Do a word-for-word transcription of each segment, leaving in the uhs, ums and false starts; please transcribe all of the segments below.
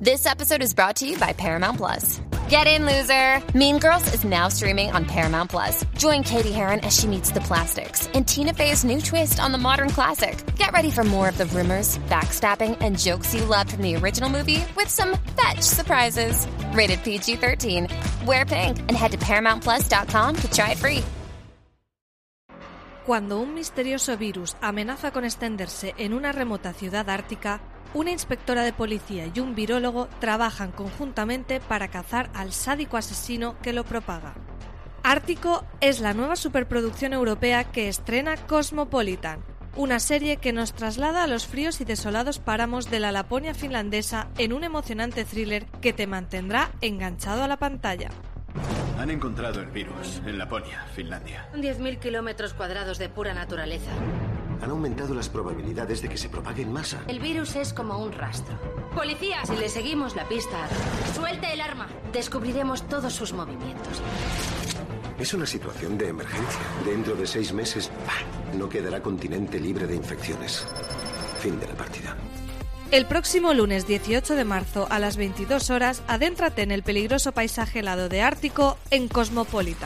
This episode is brought to you by Paramount Plus. Get in, loser! Mean Girls is now streaming on Paramount Plus. Join Katie Heron as she meets the plastics in Tina Fey's new twist on the modern classic. Get ready for more of the rumors, backstabbing, and jokes you loved from the original movie with some fetch surprises. Rated P G thirteen. Wear pink and head to paramount plus dot com to try it free. Cuando un misterioso virus amenaza con extenderse en una remota ciudad ártica, una inspectora de policía y un virólogo trabajan conjuntamente para cazar al sádico asesino que lo propaga. Ártico es la nueva superproducción europea que estrena Cosmopolitan, una serie que nos traslada a los fríos y desolados páramos de la Laponia finlandesa en un emocionante thriller que te mantendrá enganchado a la pantalla. Han encontrado el virus en Laponia, Finlandia. diez mil kilómetros cuadrados de pura naturaleza. Han aumentado las probabilidades de que se propague en masa. El virus es como un rastro. ¡Policía! Si le seguimos la pista, ¡suelte el arma! Descubriremos todos sus movimientos. Es una situación de emergencia. Dentro de seis meses, ¡pam!, no quedará continente libre de infecciones. Fin de la partida. El próximo lunes dieciocho de marzo a las veintidós horas, adéntrate en el peligroso paisaje helado de Ártico en Cosmopolitan.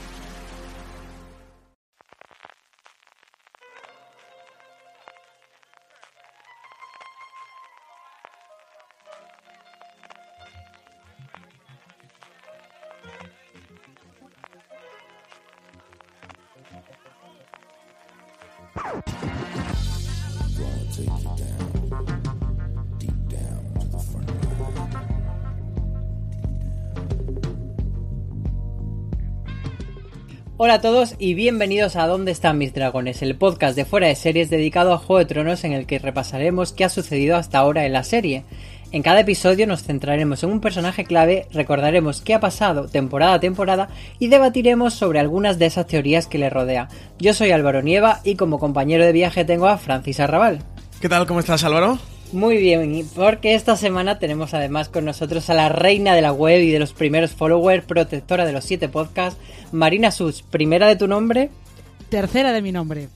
Hola a todos y bienvenidos a ¿Dónde están mis dragones?, el podcast de Fuera de Series dedicado a Juego de Tronos en el que repasaremos qué ha sucedido hasta ahora en la serie. En cada episodio nos centraremos en un personaje clave, recordaremos qué ha pasado temporada a temporada y debatiremos sobre algunas de esas teorías que le rodea. Yo soy Álvaro Nieva y como compañero de viaje tengo a Francis Arrabal. ¿Qué tal? ¿Cómo estás, Álvaro? Muy bien, porque esta semana tenemos además con nosotros a la reina de la web y de los primeros followers, protectora de los siete podcasts, Marina Such. ¿Primera de tu nombre? Tercera de mi nombre.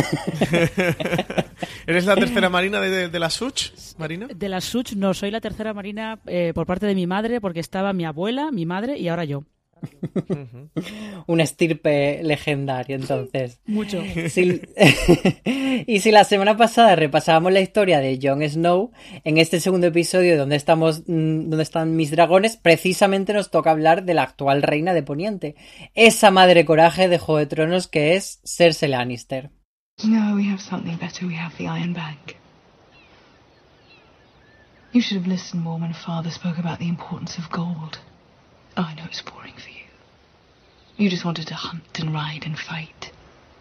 ¿Eres la tercera Marina de, de, de la Such, Marina? De la Such no, soy la tercera Marina eh, por parte de mi madre, porque estaba mi abuela, mi madre y ahora yo. Un estirpe legendario, entonces. Mucho. Si... y si la semana pasada repasábamos la historia de Jon Snow, en este segundo episodio donde estamos, donde están mis dragones, precisamente nos toca hablar de la actual reina de Poniente, esa madre coraje de Juego de Tronos que es Cersei Lannister. No, we have something better. We have the Iron Bank. You should have listened more when Father spoke about the importance of gold. Oh, I know it's boring for you. You just wanted to hunt and ride and fight.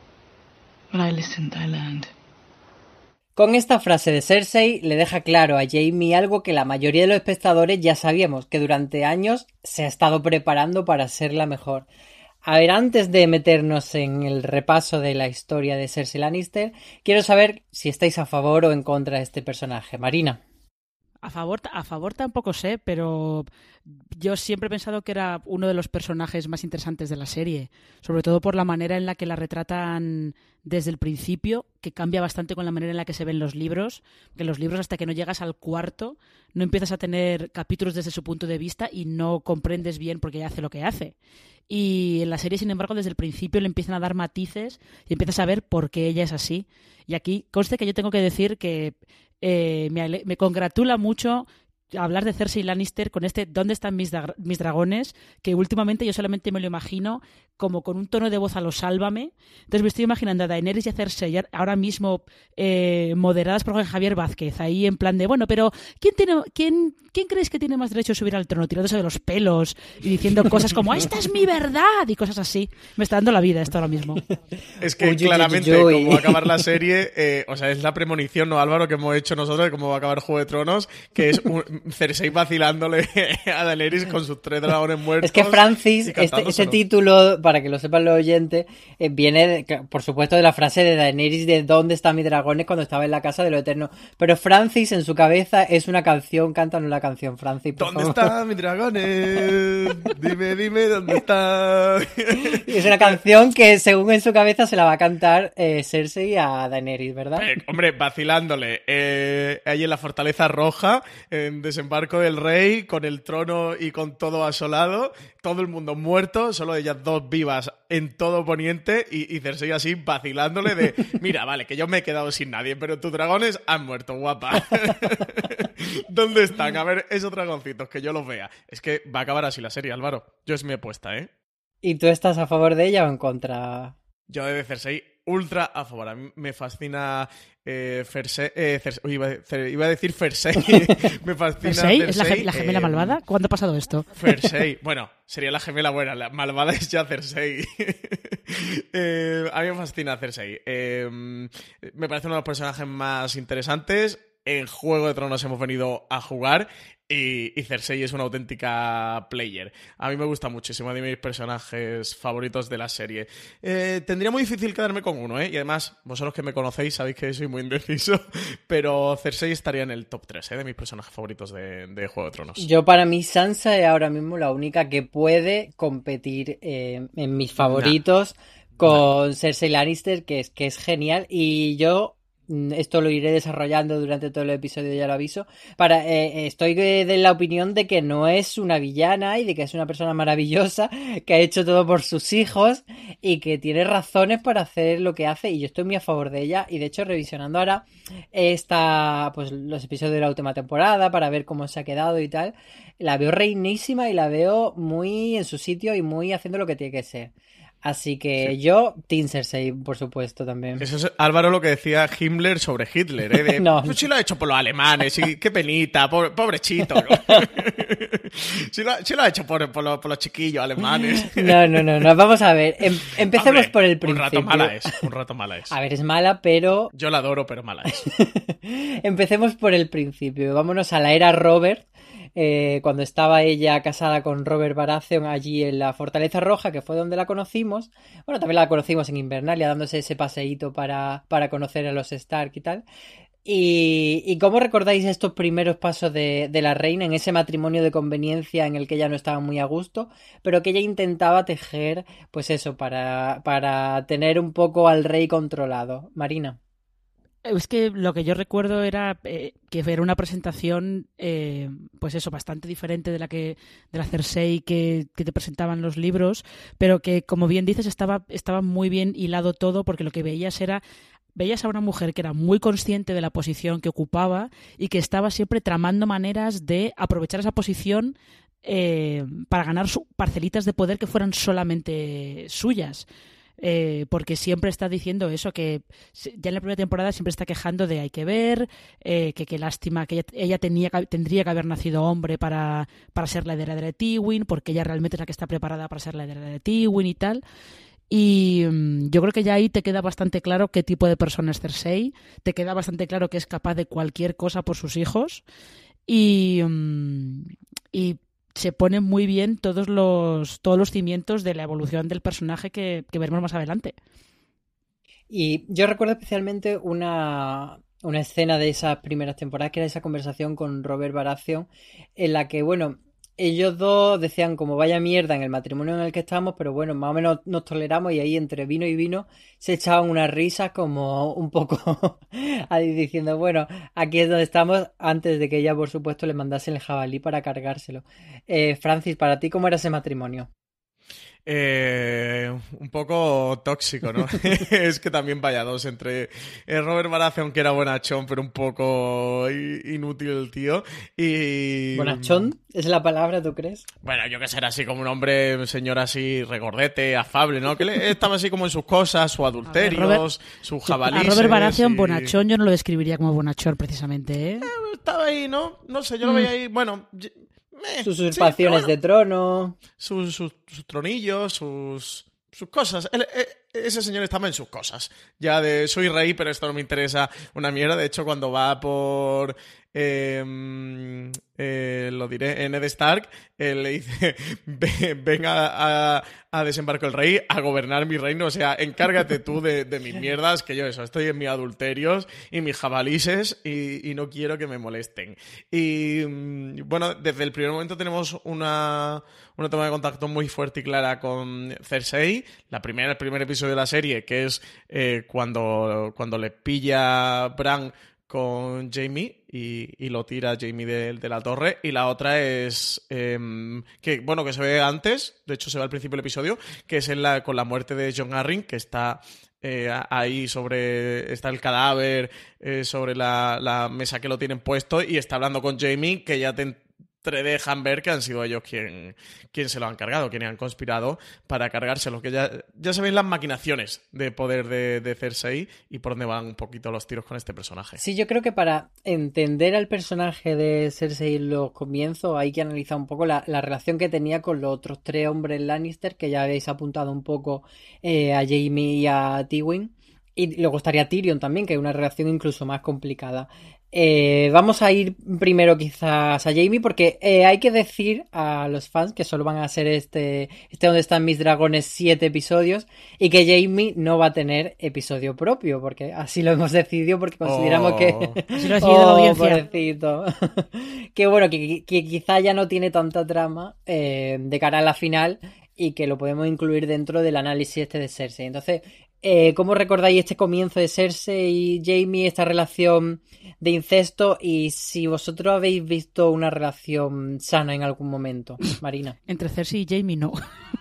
But I listened, I learned. Con esta frase de Cersei le deja claro a Jaime algo que la mayoría de los espectadores ya sabíamos, que durante años se ha estado preparando para ser la mejor. A ver, antes de meternos en el repaso de la historia de Cersei Lannister, quiero saber si estáis a favor o en contra de este personaje. Marina. A favor, a favor tampoco sé, pero yo siempre he pensado que era uno de los personajes más interesantes de la serie, sobre todo por la manera en la que la retratan desde el principio, que cambia bastante con la manera en la que se ven los libros, que los libros hasta que no llegas al cuarto no empiezas a tener capítulos desde su punto de vista y no comprendes bien por qué hace lo que hace. Y en la serie, sin embargo, desde el principio le empiezan a dar matices y empiezas a ver por qué ella es así. Y aquí conste que yo tengo que decir que Eh, me, ale- me congratula mucho hablar de Cersei Lannister con este ¿Dónde están mis, da- mis dragones? Que últimamente yo solamente me lo imagino como con un tono de voz a lo Sálvame. Entonces me estoy imaginando a Daenerys y a Cersei ahora mismo eh, moderadas por Javier Vázquez, ahí en plan de, bueno, pero ¿quién tiene, quién, quién crees que tiene más derecho a subir al trono? Tirándose de los pelos y diciendo cosas como ¡esta es mi verdad! Y cosas así. Me está dando la vida esto ahora mismo. Es que Uy, claramente, uy, uy, uy. como va a acabar la serie, eh, o sea, es la premonición, ¿no, Álvaro?, que hemos hecho nosotros de cómo va a acabar Juego de Tronos, que es un, Cersei vacilándole a Daenerys con sus tres dragones muertos. Es que Francis, este, ese título, para que lo sepan los oyentes, eh, viene, de, por supuesto, de la frase de Daenerys de ¿dónde están mis dragones? Cuando estaba en la casa de lo eterno. Pero Francis, en su cabeza, es una canción, cántanos la canción, Francis, por ¿Dónde favor. están mis dragones? Dime, dime, ¿dónde están? Es una canción que, según en su cabeza, se la va a cantar eh, Cersei a Daenerys, ¿verdad? Eh, hombre, vacilándole. Eh, ahí en la Fortaleza Roja, en, desembarco del rey, con el trono y con todo asolado, todo el mundo muerto, solo ellas dos vivas en todo Poniente y, y Cersei así vacilándole de, mira, vale, que yo me he quedado sin nadie, pero tus dragones han muerto, guapa. ¿Dónde están? A ver, esos dragoncitos, que yo los vea. Es que va a acabar así la serie, Álvaro. Yo es mi apuesta, ¿eh? ¿Y tú estás a favor de ella o en contra? Yo de Cersei ultra a favor. A mí me fascina eh, Cersei. Eh, Cersei uy, iba, a, iba a decir Cersei. Me fascina ¿Cersei? Cersei. ¿Es la, gem la gemela eh, malvada? ¿Cuándo ha pasado esto? Cersei. Bueno, sería la gemela buena. La malvada es ya Cersei. eh, a mí me fascina Cersei. Eh, me parece uno de los personajes más interesantes. En Juego de Tronos hemos venido a jugar y, y Cersei es una auténtica player. A mí me gusta muchísimo, de mis personajes favoritos de la serie. Eh, tendría muy difícil quedarme con uno, ¿eh? Y además, vosotros que me conocéis sabéis que soy muy indeciso, pero Cersei estaría en el top tres, ¿eh? De mis personajes favoritos de, de Juego de Tronos. Yo, para mí, Sansa es ahora mismo la única que puede competir eh, en mis favoritos nah. con nah. Cersei Lannister, que es, que es genial. Y yo... esto lo iré desarrollando durante todo el episodio, ya lo aviso. Para, eh, estoy de, de la opinión de que no es una villana y de que es una persona maravillosa que ha hecho todo por sus hijos y que tiene razones para hacer lo que hace, y yo estoy muy a favor de ella. Y de hecho, revisionando ahora esta, pues, los episodios de la última temporada para ver cómo se ha quedado y tal, la veo reinísima y la veo muy en su sitio y muy haciendo lo que tiene que ser. Así que sí. Yo, Team Cersei, por supuesto, también. Eso es, Álvaro, lo que decía Himmler sobre Hitler, ¿eh? De, no. Pues sí lo ha hecho por los alemanes, y qué penita, pobre, pobrechito, ¿no? sí, lo, sí lo ha hecho por, por, los, por los chiquillos alemanes. No, no, no, no, vamos a ver. Em, empecemos Hombre, por el principio. Un rato mala es, un rato mala es. A ver, es mala, pero... Yo la adoro, pero mala es. Empecemos por el principio. Vámonos a la era Robert. Eh, cuando estaba ella casada con Robert Baratheon allí en la Fortaleza Roja, que fue donde la conocimos. Bueno, también la conocimos en Invernalia, dándose ese paseíto para, para conocer a los Stark y tal. Y, ¿Y cómo recordáis estos primeros pasos de, de la reina en ese matrimonio de conveniencia en el que ella no estaba muy a gusto, pero que ella intentaba tejer, pues eso, para, para tener un poco al rey controlado? Marina. Es que lo que yo recuerdo era eh, que era una presentación, eh, pues eso, bastante diferente de la que de la Cersei que, que te presentaban los libros, pero que, como bien dices, estaba, estaba muy bien hilado todo, porque lo que veías era veías a una mujer que era muy consciente de la posición que ocupaba y que estaba siempre tramando maneras de aprovechar esa posición eh, para ganar su, parcelitas de poder que fueran solamente suyas. Eh, porque siempre está diciendo eso, que ya en la primera temporada siempre está quejando de hay que ver, eh, que qué lástima, que ella, ella tenía, tendría que haber nacido hombre para, para ser la heredera de Tywin, porque ella realmente es la que está preparada para ser la heredera de Tywin y tal. Y um, yo creo que ya ahí te queda bastante claro qué tipo de persona es Cersei, te queda bastante claro que es capaz de cualquier cosa por sus hijos, y, um, y se ponen muy bien todos los todos los cimientos de la evolución del personaje que, que veremos más adelante. Y yo recuerdo especialmente una, una escena de esas primeras temporadas, que era esa conversación con Robert Baratheon, en la que, bueno, ellos dos decían como vaya mierda en el matrimonio en el que estamos, pero bueno, más o menos nos toleramos, y ahí entre vino y vino se echaban unas risas como un poco ahí diciendo, bueno, aquí es donde estamos, antes de que ella, por supuesto, le mandase el jabalí para cargárselo. Eh, Francis, para ti, ¿cómo era ese matrimonio? Eh, un poco tóxico, ¿no? Es que también vaya dos entre Robert Baratheon, que era bonachón, pero un poco inútil el tío, y... ¿Bonachón? ¿Es la palabra, tú crees? Bueno, yo que sé, era así como un hombre, un señor así regordete, afable, ¿no? Que le, estaba así como en sus cosas, sus adulterios, ver, Robert, sus jabalíes. A Robert Baratheon, y... bonachón, yo no lo describiría como bonachón, precisamente, ¿eh? eh estaba ahí, ¿no? No sé, yo lo mm. veía ahí, bueno... Eh, sus usurpaciones sí, bueno, de trono, sus, sus, sus tronillos, sus, sus cosas. Él, él, ese señor estaba en sus cosas. Ya de soy rey, pero esto no me interesa una mierda. De hecho, cuando va por... Eh, eh, lo diré, Ned Stark, eh, le dice, ven, ven a, a, a desembarco el rey, a gobernar mi reino, o sea, encárgate tú de, de mis mierdas, que yo eso, estoy en mis adulterios y mis jabalises y, y no quiero que me molesten. Y bueno, desde el primer momento tenemos una, una toma de contacto muy fuerte y clara con Cersei, la primera, el primer episodio de la serie, que es eh, cuando, cuando le pilla Bran con Jaime y, y lo tira Jaime de, de la torre. Y la otra es eh, que, bueno, que se ve antes, de hecho se ve al principio del episodio, que es en la, con la muerte de John Arryn, que está eh, ahí sobre, está el cadáver eh, sobre la, la mesa que lo tienen puesto y está hablando con Jaime, que ya te te dejan ver que han sido ellos quien, quien se lo han cargado, quienes han conspirado para cargárselo, que ya, ya se ven las maquinaciones de poder de, de Cersei y por dónde van un poquito los tiros con este personaje. Sí, yo creo que para entender al personaje de Cersei en los comienzos hay que analizar un poco la, la relación que tenía con los otros tres hombres Lannister, que ya habéis apuntado un poco eh, a Jaime y a Tywin, y luego estaría Tyrion también, que es una relación incluso más complicada. Eh, vamos a ir primero quizás a Jaime, porque eh, hay que decir a los fans que solo van a ser este, este donde están mis dragones siete episodios, y que Jaime no va a tener episodio propio, porque así lo hemos decidido, porque consideramos oh. que así lo ha decidido la audiencia. Pobrecito. Que bueno, que, que quizá ya no tiene tanta trama eh, de cara a la final, y que lo podemos incluir dentro del análisis este de Cersei. Entonces, eh, ¿cómo recordáis este comienzo de Cersei y Jaime, esta relación de incesto, y si vosotros habéis visto una relación sana en algún momento? Marina. Entre Cersei y Jaime no.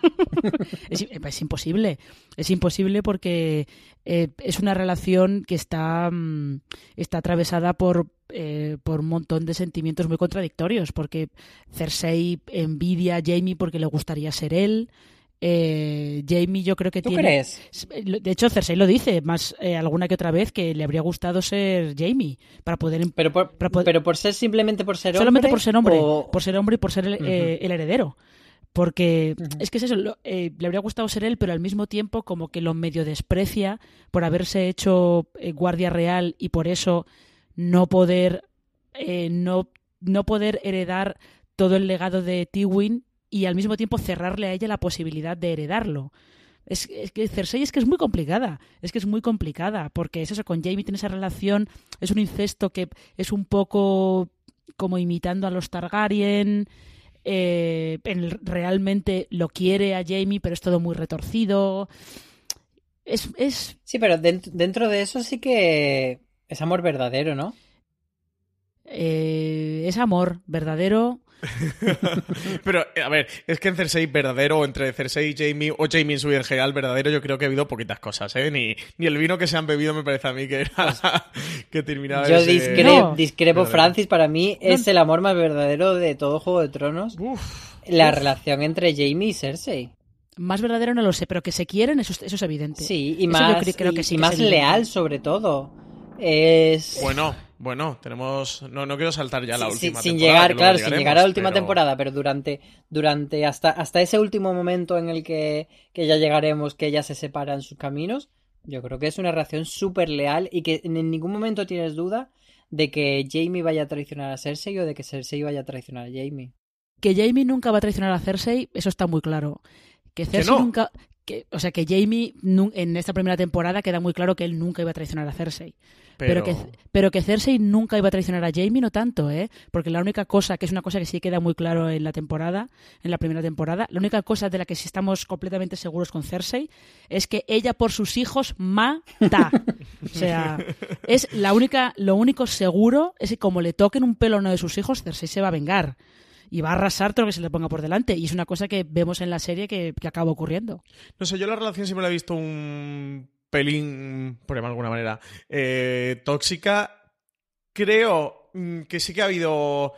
es, es imposible. Es imposible porque eh, es una relación que está, um, está atravesada por, eh, por un montón de sentimientos muy contradictorios, porque Cersei envidia a Jaime porque le gustaría ser él. Eh, Jaime yo creo que ¿Tú tiene... crees? De hecho, Cersei lo dice más eh, alguna que otra vez, que le habría gustado ser Jaime para poder... Pero por, para poder... pero por ser simplemente por ser hombre. Solamente por ser hombre, o... por ser hombre y por ser el, uh-huh. eh, el heredero. Porque uh-huh. es que es eso, lo, eh, le habría gustado ser él, pero al mismo tiempo como que lo medio desprecia por haberse hecho eh, guardia real y por eso no poder eh, no, no poder heredar todo el legado de Tywin, y al mismo tiempo cerrarle a ella la posibilidad de heredarlo. Es, es que Cersei es que es muy complicada, es que es muy complicada, porque es eso, con Jaime tiene esa relación, es un incesto que es un poco como imitando a los Targaryen, eh, en, realmente lo quiere a Jaime, pero es todo muy retorcido. Es, es... Sí, pero dentro, dentro de eso sí que es amor verdadero, ¿no? Eh, es amor verdadero. Pero, a ver, es que en Cersei verdadero, entre Cersei y Jaime, o Jaime en su vida en general verdadero, yo creo que ha habido poquitas cosas, ¿eh? Ni, ni el vino que se han bebido me parece a mí que era que terminaba Yo ese... discre- no. discrepo, verdadero. Francis, para mí es el amor más verdadero de todo Juego de Tronos. Uf, la uf. relación entre Jaime y Cersei. Más verdadero no lo sé, pero que se quieren, eso, eso es evidente. Sí, y eso más, creo, creo que sí, y que más leal, sobre todo. Es... Bueno, bueno, tenemos... No, no quiero saltar ya la sí, última sin temporada. Llegar, claro, sin llegar a la última pero... temporada, pero durante, durante hasta, hasta ese último momento en el que, que ya llegaremos, que ya se separan sus caminos, yo creo que es una relación súper leal y que en ningún momento tienes duda de que Jaime vaya a traicionar a Cersei o de que Cersei vaya a traicionar a Jaime. Que Jaime nunca va a traicionar a Cersei, eso está muy claro. Que Cersei ¿Que no? nunca... Que, o sea, que Jaime en esta primera temporada queda muy claro que él nunca iba a traicionar a Cersei. Pero... Pero, que, pero que Cersei nunca iba a traicionar a Jaime, no tanto, ¿eh? Porque la única cosa, que es una cosa que sí queda muy claro en la temporada, en la primera temporada, la única cosa de la que sí estamos completamente seguros con Cersei es que ella por sus hijos mata. O sea, es la única, lo único seguro es que como le toquen un pelo a uno de sus hijos, Cersei se va a vengar. Y va a arrasar todo lo que se le ponga por delante. Y es una cosa que vemos en la serie que, que acaba ocurriendo. No sé, yo la relación siempre la he visto un pelín, por llamarlo de alguna manera, eh, tóxica. Creo que sí que ha habido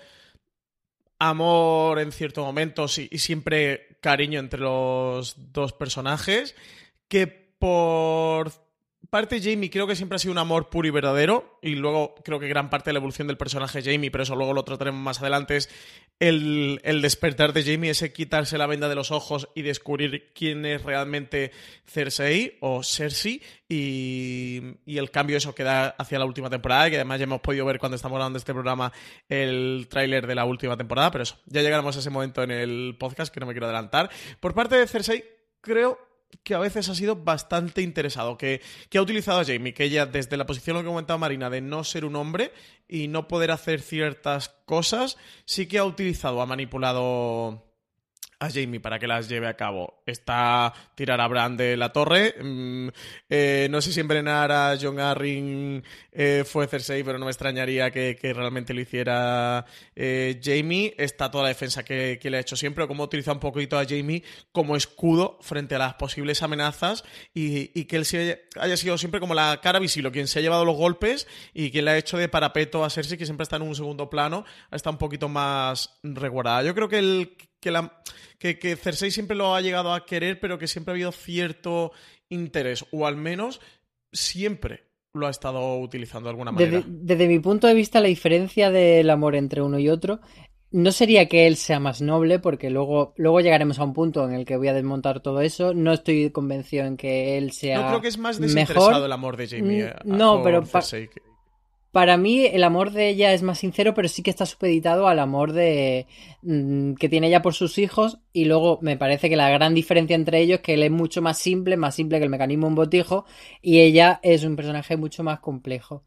amor en ciertos momentos y, y siempre cariño entre los dos personajes. Que por... parte Jaime creo que siempre ha sido un amor puro y verdadero, y luego creo que gran parte de la evolución del personaje Jaime, pero eso luego lo trataremos más adelante, es el, el despertar de Jaime, ese quitarse la venda de los ojos y descubrir quién es realmente Cersei o Cersei, y, y el cambio eso que da hacia la última temporada, que además ya hemos podido ver cuando estamos hablando de este programa el tráiler de la última temporada, pero eso, ya llegaremos a ese momento en el podcast, que no me quiero adelantar. Por parte de Cersei, creo que a veces ha sido bastante interesado, que, que ha utilizado a Jaime, que ella desde la posición, lo que comentaba Marina, de no ser un hombre y no poder hacer ciertas cosas, sí que ha utilizado, ha manipulado a Jaime para que las lleve a cabo. Está tirar a Bran de la torre. Mm, eh, no sé si envenenar a Jon Arryn eh, fue Cersei, pero no me extrañaría que, que realmente lo hiciera eh, Jaime. Está toda la defensa que, que le ha hecho siempre, o cómo utiliza un poquito a Jaime como escudo frente a las posibles amenazas y, y que él se haya sido siempre como la cara visible, quien se ha llevado los golpes y quien le ha hecho de parapeto a Cersei, que siempre está en un segundo plano, está un poquito más resguardada. Yo creo que el que la que, que Cersei siempre lo ha llegado a querer, pero que siempre ha habido cierto interés, o al menos siempre lo ha estado utilizando de alguna manera. Desde, desde mi punto de vista, la diferencia del amor entre uno y otro no sería que él sea más noble, porque luego, luego llegaremos a un punto en el que voy a desmontar todo eso. No estoy convencido en que él sea Yo creo que es más desinteresado mejor. el amor de Jaime. Mm, no, pero pa- Cersei. Para mí el amor de ella es más sincero, pero sí que está supeditado al amor de mmm, que tiene ella por sus hijos. Y luego me parece que la gran diferencia entre ellos es que él es mucho más simple, más simple que el mecanismo de un botijo, y ella es un personaje mucho más complejo.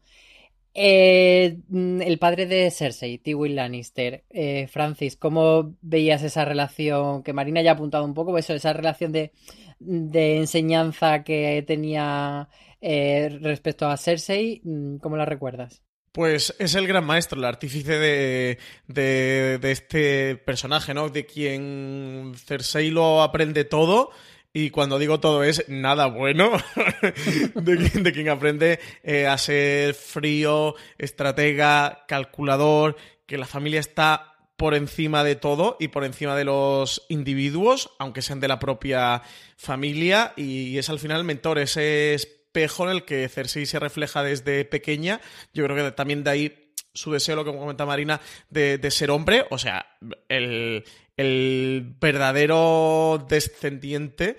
Eh, el padre de Cersei, Tywin Lannister, eh, Francis, ¿cómo veías esa relación? Que Marina ya ha apuntado un poco, eso, esa relación de, de enseñanza que tenía eh, respecto a Cersei, ¿cómo la recuerdas? Pues es el gran maestro, el artífice de, de, de este personaje, ¿no? De quien Cersei lo aprende todo. Y cuando digo todo es nada bueno, de, quien, de quien aprende eh, a ser frío, estratega, calculador, que la familia está por encima de todo y por encima de los individuos, aunque sean de la propia familia, y es al final el mentor, ese espejo en el que Cersei se refleja desde pequeña. Yo creo que también de ahí su deseo, lo que comenta Marina, de, de ser hombre, o sea, el... el verdadero descendiente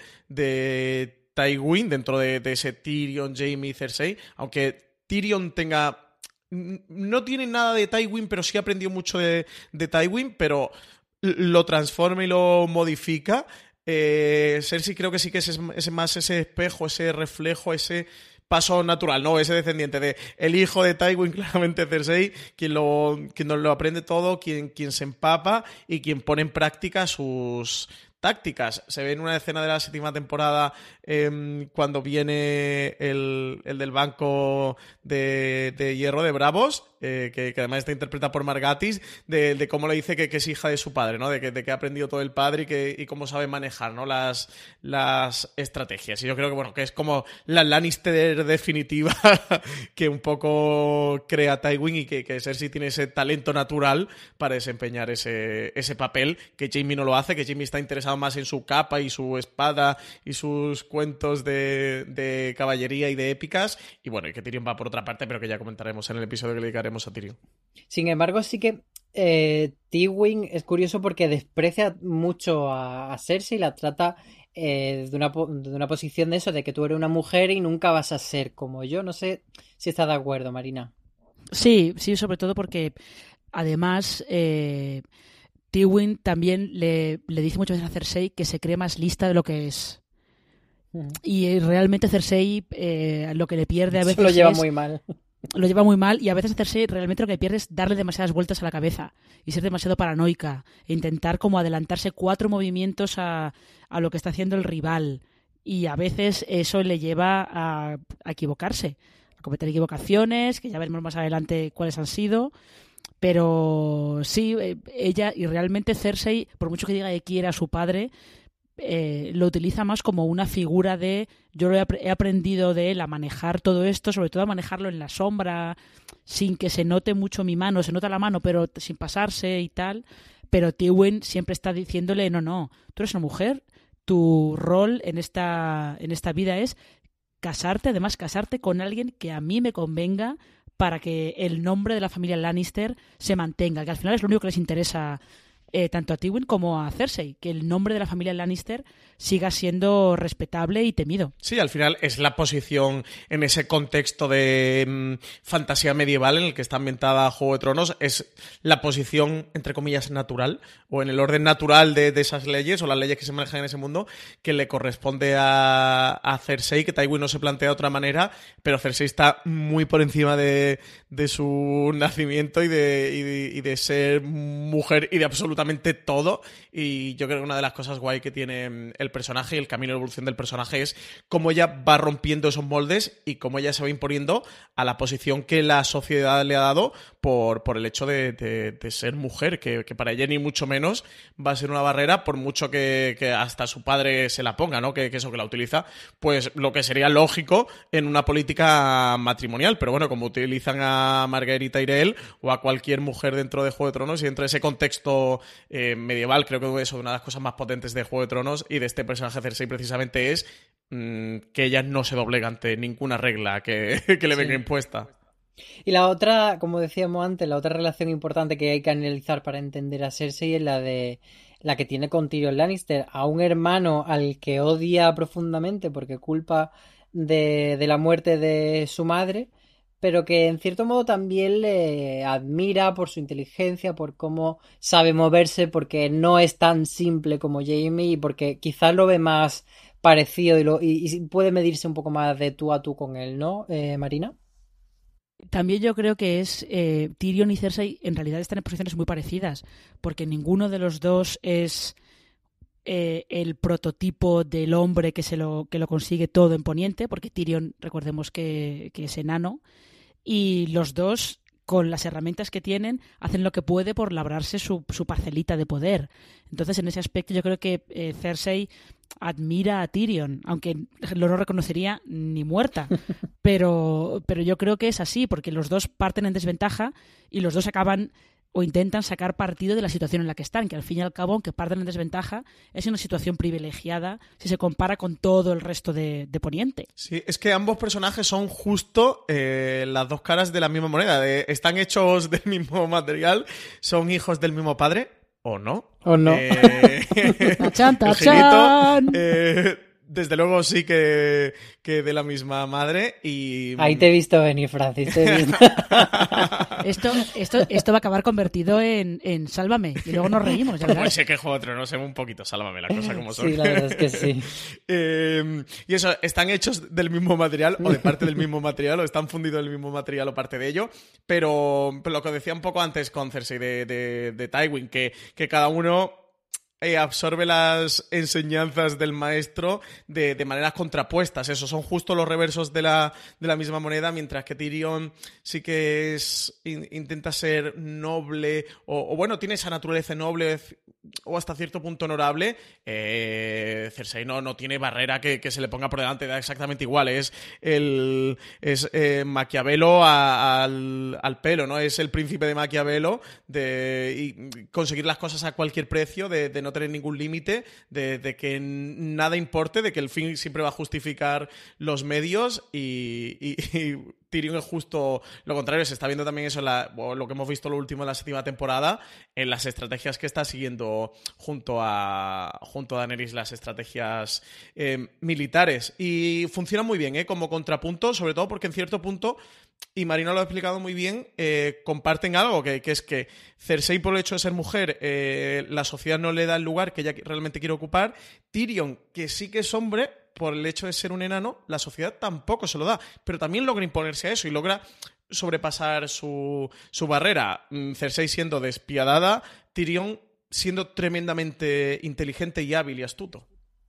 de Tywin dentro de, de ese Tyrion, Jaime y Cersei, aunque Tyrion tenga... no tiene nada de Tywin, pero sí aprendió mucho de, de Tywin, pero lo transforma y lo modifica. Eh, Cersei creo que sí que es, es más ese espejo, ese reflejo, ese paso natural, ¿no? Ese descendiente de el hijo de Tywin, claramente Cersei, quien lo, quien lo aprende todo, quien, quien se empapa y quien pone en práctica sus tácticas. Se ve en una escena de la séptima temporada eh, cuando viene el, el del banco de, de hierro de Bravos, eh, que, que además está interpretada por Margatis, de, de cómo le dice que, que es hija de su padre, ¿no? De que, de que ha aprendido todo el padre y, que, y cómo sabe manejar, ¿no? las, las estrategias. Y yo creo que, bueno, que es como la Lannister definitiva que un poco crea Tywin, y que, que Cersei tiene ese talento natural para desempeñar ese, ese papel, que Jaime no lo hace, que Jaime está interesado más en su capa y su espada y sus cuentos de, de caballería y de épicas, y bueno, y que Tyrion va por otra parte, pero que ya comentaremos en el episodio que le dedicaremos a Tyrion. Sin embargo, sí que eh, Tywin es curioso porque desprecia mucho a, a Cersei y la trata eh, de, una, de una posición de eso, de que tú eres una mujer y nunca vas a ser como yo. No sé si estás de acuerdo, Marina. Sí, sí, sobre todo porque además eh, Tywin también le, le dice muchas veces a Cersei que se cree más lista de lo que es. Uh-huh. Y realmente Cersei eh, lo que le pierde a veces Eso lo lleva es, muy mal. Lo lleva muy mal, y a veces Cersei realmente lo que pierde es darle demasiadas vueltas a la cabeza y ser demasiado paranoica e intentar como adelantarse cuatro movimientos a, a lo que está haciendo el rival, y a veces eso le lleva a, a equivocarse, a cometer equivocaciones, que ya veremos más adelante cuáles han sido. Pero sí, ella, y realmente Cersei, por mucho que diga que quiera a su padre, eh, lo utiliza más como una figura de yo lo he, he aprendido de él a manejar todo esto, sobre todo a manejarlo en la sombra, sin que se note mucho mi mano, se nota la mano pero sin pasarse y tal. Pero Tywin siempre está diciéndole no, no, tú eres una mujer, tu rol en esta, en esta vida es casarte, además casarte con alguien que a mí me convenga, para que el nombre de la familia Lannister se mantenga, que al final es lo único que les interesa eh, tanto a Tywin como a Cersei, que el nombre de la familia Lannister siga siendo respetable y temido. Sí, al final es la posición en ese contexto de mmm, fantasía medieval en el que está ambientada Juego de Tronos, es la posición, entre comillas, natural, o en el orden natural de, de esas leyes, o las leyes que se manejan en ese mundo, que le corresponde a, a Cersei, que Tywin no se plantea de otra manera, pero Cersei está muy por encima de, de su nacimiento y de, y, de, y de ser mujer y de absolutamente absolutamente todo, y yo creo que una de las cosas guay que tiene el personaje y el camino de evolución del personaje es cómo ella va rompiendo esos moldes y cómo ella se va imponiendo a la posición que la sociedad le ha dado por, por el hecho de, de, de ser mujer, que, que para ella ni mucho menos va a ser una barrera, por mucho que, que hasta su padre se la ponga, ¿no? Que, que eso, que la utiliza, pues lo que sería lógico en una política matrimonial, pero bueno, como utilizan a Marguerite Tyrell o a cualquier mujer dentro de Juego de Tronos y dentro de ese contexto eh, medieval, creo que eso es una de las cosas más potentes de Juego de Tronos y de este personaje Cersei precisamente es mmm, que ella no se doblega ante ninguna regla que, que le venga sí. impuesta. Y la otra, como decíamos antes, la otra relación importante que hay que analizar para entender a Cersei es la de la que tiene con Tyrion Lannister, a un hermano al que odia profundamente porque culpa de, de la muerte de su madre, pero que en cierto modo también le admira por su inteligencia, por cómo sabe moverse, porque no es tan simple como Jaime y porque quizás lo ve más parecido y, lo, y, y puede medirse un poco más de tú a tú con él, ¿no, eh, Marina? También yo creo que es eh, Tyrion y Cersei en realidad están en posiciones muy parecidas, porque ninguno de los dos es eh, el prototipo del hombre que se lo que lo consigue todo en Poniente, porque Tyrion, recordemos que, que es enano, y los dos, con las herramientas que tienen, hacen lo que puede por labrarse su, su parcelita de poder. Entonces, en ese aspecto yo creo que eh, Cersei admira a Tyrion, aunque no lo reconocería ni muerta, pero, pero yo creo que es así, porque los dos parten en desventaja y los dos acaban o intentan sacar partido de la situación en la que están, que al fin y al cabo, aunque parten en desventaja, es una situación privilegiada si se compara con todo el resto de, de Poniente. Sí, es que ambos personajes son justo eh, las dos caras de la misma moneda, de, están hechos del mismo material, son hijos del mismo padre, ¿o no? ¿O no? Eh, ¡Tachán, tachán! Eh, desde luego sí que, que de la misma madre y... Ahí te he visto venir, Francis, te he visto. Esto, esto, esto va a acabar convertido en, en Sálvame y luego nos reímos, ya verás. Pues sé que Juego de Tronos es un poquito Sálvame, la cosa como son. Sí, la verdad es que sí. eh, y eso, están hechos del mismo material o de parte del mismo material o están fundidos del mismo material o parte de ello, pero, pero lo que decía un poco antes con Cersei de, de, de Tywin, que, que cada uno... Eh, absorbe las enseñanzas del maestro de, de maneras contrapuestas. Eso son justo los reversos de la, de la misma moneda, mientras que Tyrion sí que es in, intenta ser noble o, o bueno, tiene esa naturaleza noble o hasta cierto punto honorable. eh, Cersei no, no tiene barrera que, que se le ponga por delante, da exactamente igual, es el es eh, Maquiavelo a, al, al pelo, ¿no? Es el príncipe de Maquiavelo de y conseguir las cosas a cualquier precio, de, de no tener ningún límite, de, de que nada importe, de que el fin siempre va a justificar los medios y, y, y Tyrion es justo lo contrario. Se está viendo también eso, en la, lo que hemos visto lo último en la séptima temporada, en las estrategias que está siguiendo junto a, junto a Daenerys, las estrategias eh, militares. Y funciona muy bien, ¿eh? Como contrapunto, sobre todo porque en cierto punto, y Marina lo ha explicado muy bien, eh, comparten algo, que, que es que Cersei, por el hecho de ser mujer, eh, la sociedad no le da el lugar que ella realmente quiere ocupar. Tyrion, que sí que es hombre, por el hecho de ser un enano, la sociedad tampoco se lo da, pero también logra imponerse a eso y logra sobrepasar su, su barrera. Cersei siendo despiadada, Tyrion siendo tremendamente inteligente y hábil y astuto.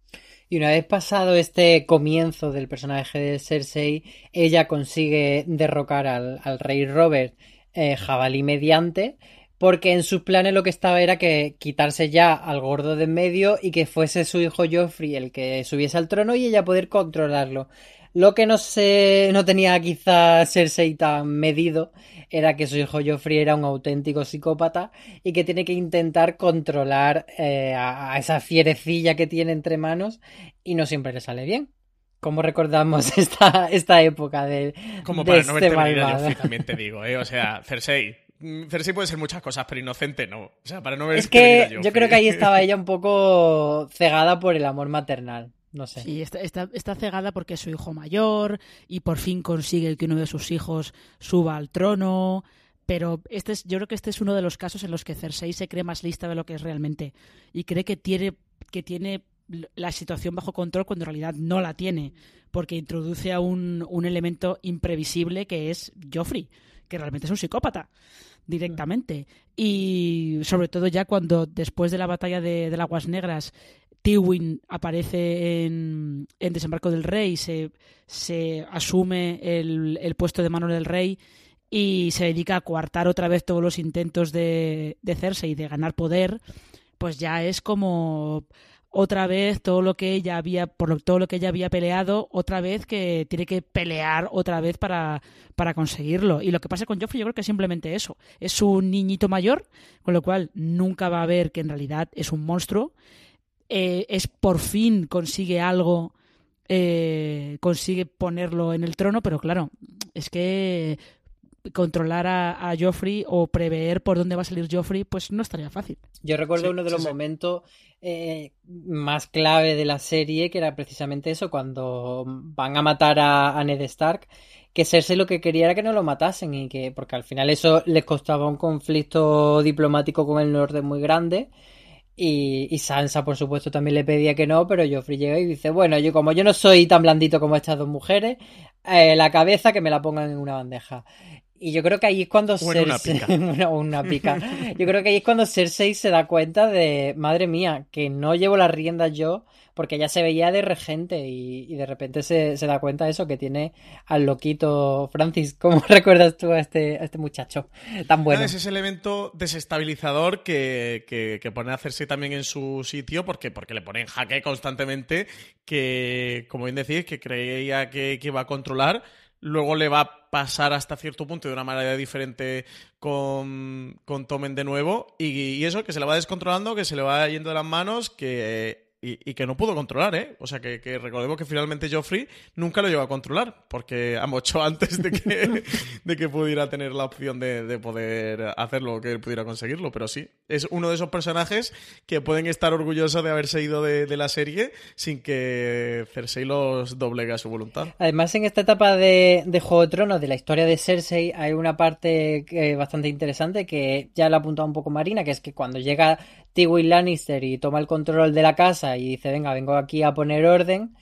Y una vez pasado este comienzo del personaje de Cersei, ella consigue derrocar al, al rey Robert eh, jabalí mediante, porque en sus planes lo que estaba era que quitarse ya al gordo de en medio y que fuese su hijo Joffrey el que subiese al trono y ella poder controlarlo. Lo que no se no tenía quizá Cersei tan medido era que su hijo Joffrey era un auténtico psicópata y que tiene que intentar controlar eh, a, a esa fierecilla que tiene entre manos y no siempre le sale bien. ¿Cómo recordamos esta, esta época de, Como de para este no verte venir a malvado? Joffrey, también te digo, ¿eh? O sea, Cersei... Cersei puede ser muchas cosas, pero inocente no. O sea, para no ver es que yo creo que ahí estaba ella un poco cegada por el amor maternal. No sé. Sí, está, está, está cegada porque es su hijo mayor y por fin consigue que uno de sus hijos suba al trono. Pero este es, yo creo que este es uno de los casos en los que Cersei se cree más lista de lo que es realmente. Y cree que tiene, que tiene la situación bajo control cuando en realidad no la tiene. Porque introduce a un, un elemento imprevisible que es Joffrey, que realmente es un psicópata. directamente. Y sobre todo ya cuando después de la batalla de, de Aguas Negras Tywin aparece en, en Desembarco del Rey, se, se asume el, el puesto de mano del rey y se dedica a coartar otra vez todos los intentos de, de Cersei de ganar poder, pues ya es como otra vez todo lo que ella había, por lo, todo lo que ella había peleado, otra vez que tiene que pelear otra vez para, para conseguirlo. Y lo que pasa con Joffrey yo creo que es simplemente eso. Es un niñito mayor, con lo cual nunca va a ver que en realidad es un monstruo. Eh, es por fin consigue algo, eh, consigue ponerlo en el trono, pero claro, es que controlar a, a Joffrey o prever por dónde va a salir Joffrey, pues no estaría fácil. Yo recuerdo Sí, uno de los sí, sí. momentos eh, más clave de la serie, que era precisamente eso, cuando van a matar a, a Ned Stark, que Cersei lo que quería era que no lo matasen, y que porque al final eso les costaba un conflicto diplomático con el norte muy grande. Y, y Sansa, por supuesto, también le pedía que no, pero Joffrey llega y dice, bueno, yo como yo no soy tan blandito como estas dos mujeres, eh, la cabeza que me la pongan en una bandeja. Y yo creo que ahí es cuando O en una Cersei... pica. una, una pica. Yo creo que ahí es cuando Cersei se da cuenta de, madre mía, que no llevo las riendas yo, porque ella se veía de regente y, y de repente se, se da cuenta de eso, que tiene al loquito Francis. ¿Cómo recuerdas tú a este, a este muchacho tan bueno? Es ese elemento desestabilizador que, que, que pone a Cersei también en su sitio, porque, porque le pone en jaque constantemente, que, como bien decís, que creía que, que iba a controlar. Luego le va a pasar hasta cierto punto de una manera diferente con, con Tommen de nuevo. Y, y eso, que se le va descontrolando, que se le va yendo de las manos, que... Y, y que no pudo controlar, ¿eh? O sea, que, que recordemos que finalmente Joffrey nunca lo llegó a controlar, porque ha mochado antes de que, de que pudiera tener la opción de, de poder hacerlo o que él pudiera conseguirlo. Pero sí, es uno de esos personajes que pueden estar orgullosos de haberse ido de, de la serie sin que Cersei los doblegue a su voluntad. Además, en esta etapa de, de Juego de Tronos, de la historia de Cersei, hay una parte que, bastante interesante, que ya la ha apuntado un poco Marina, que es que cuando llega Tywin Lannister y toma el control de la casa y dice, venga, vengo aquí a poner orden,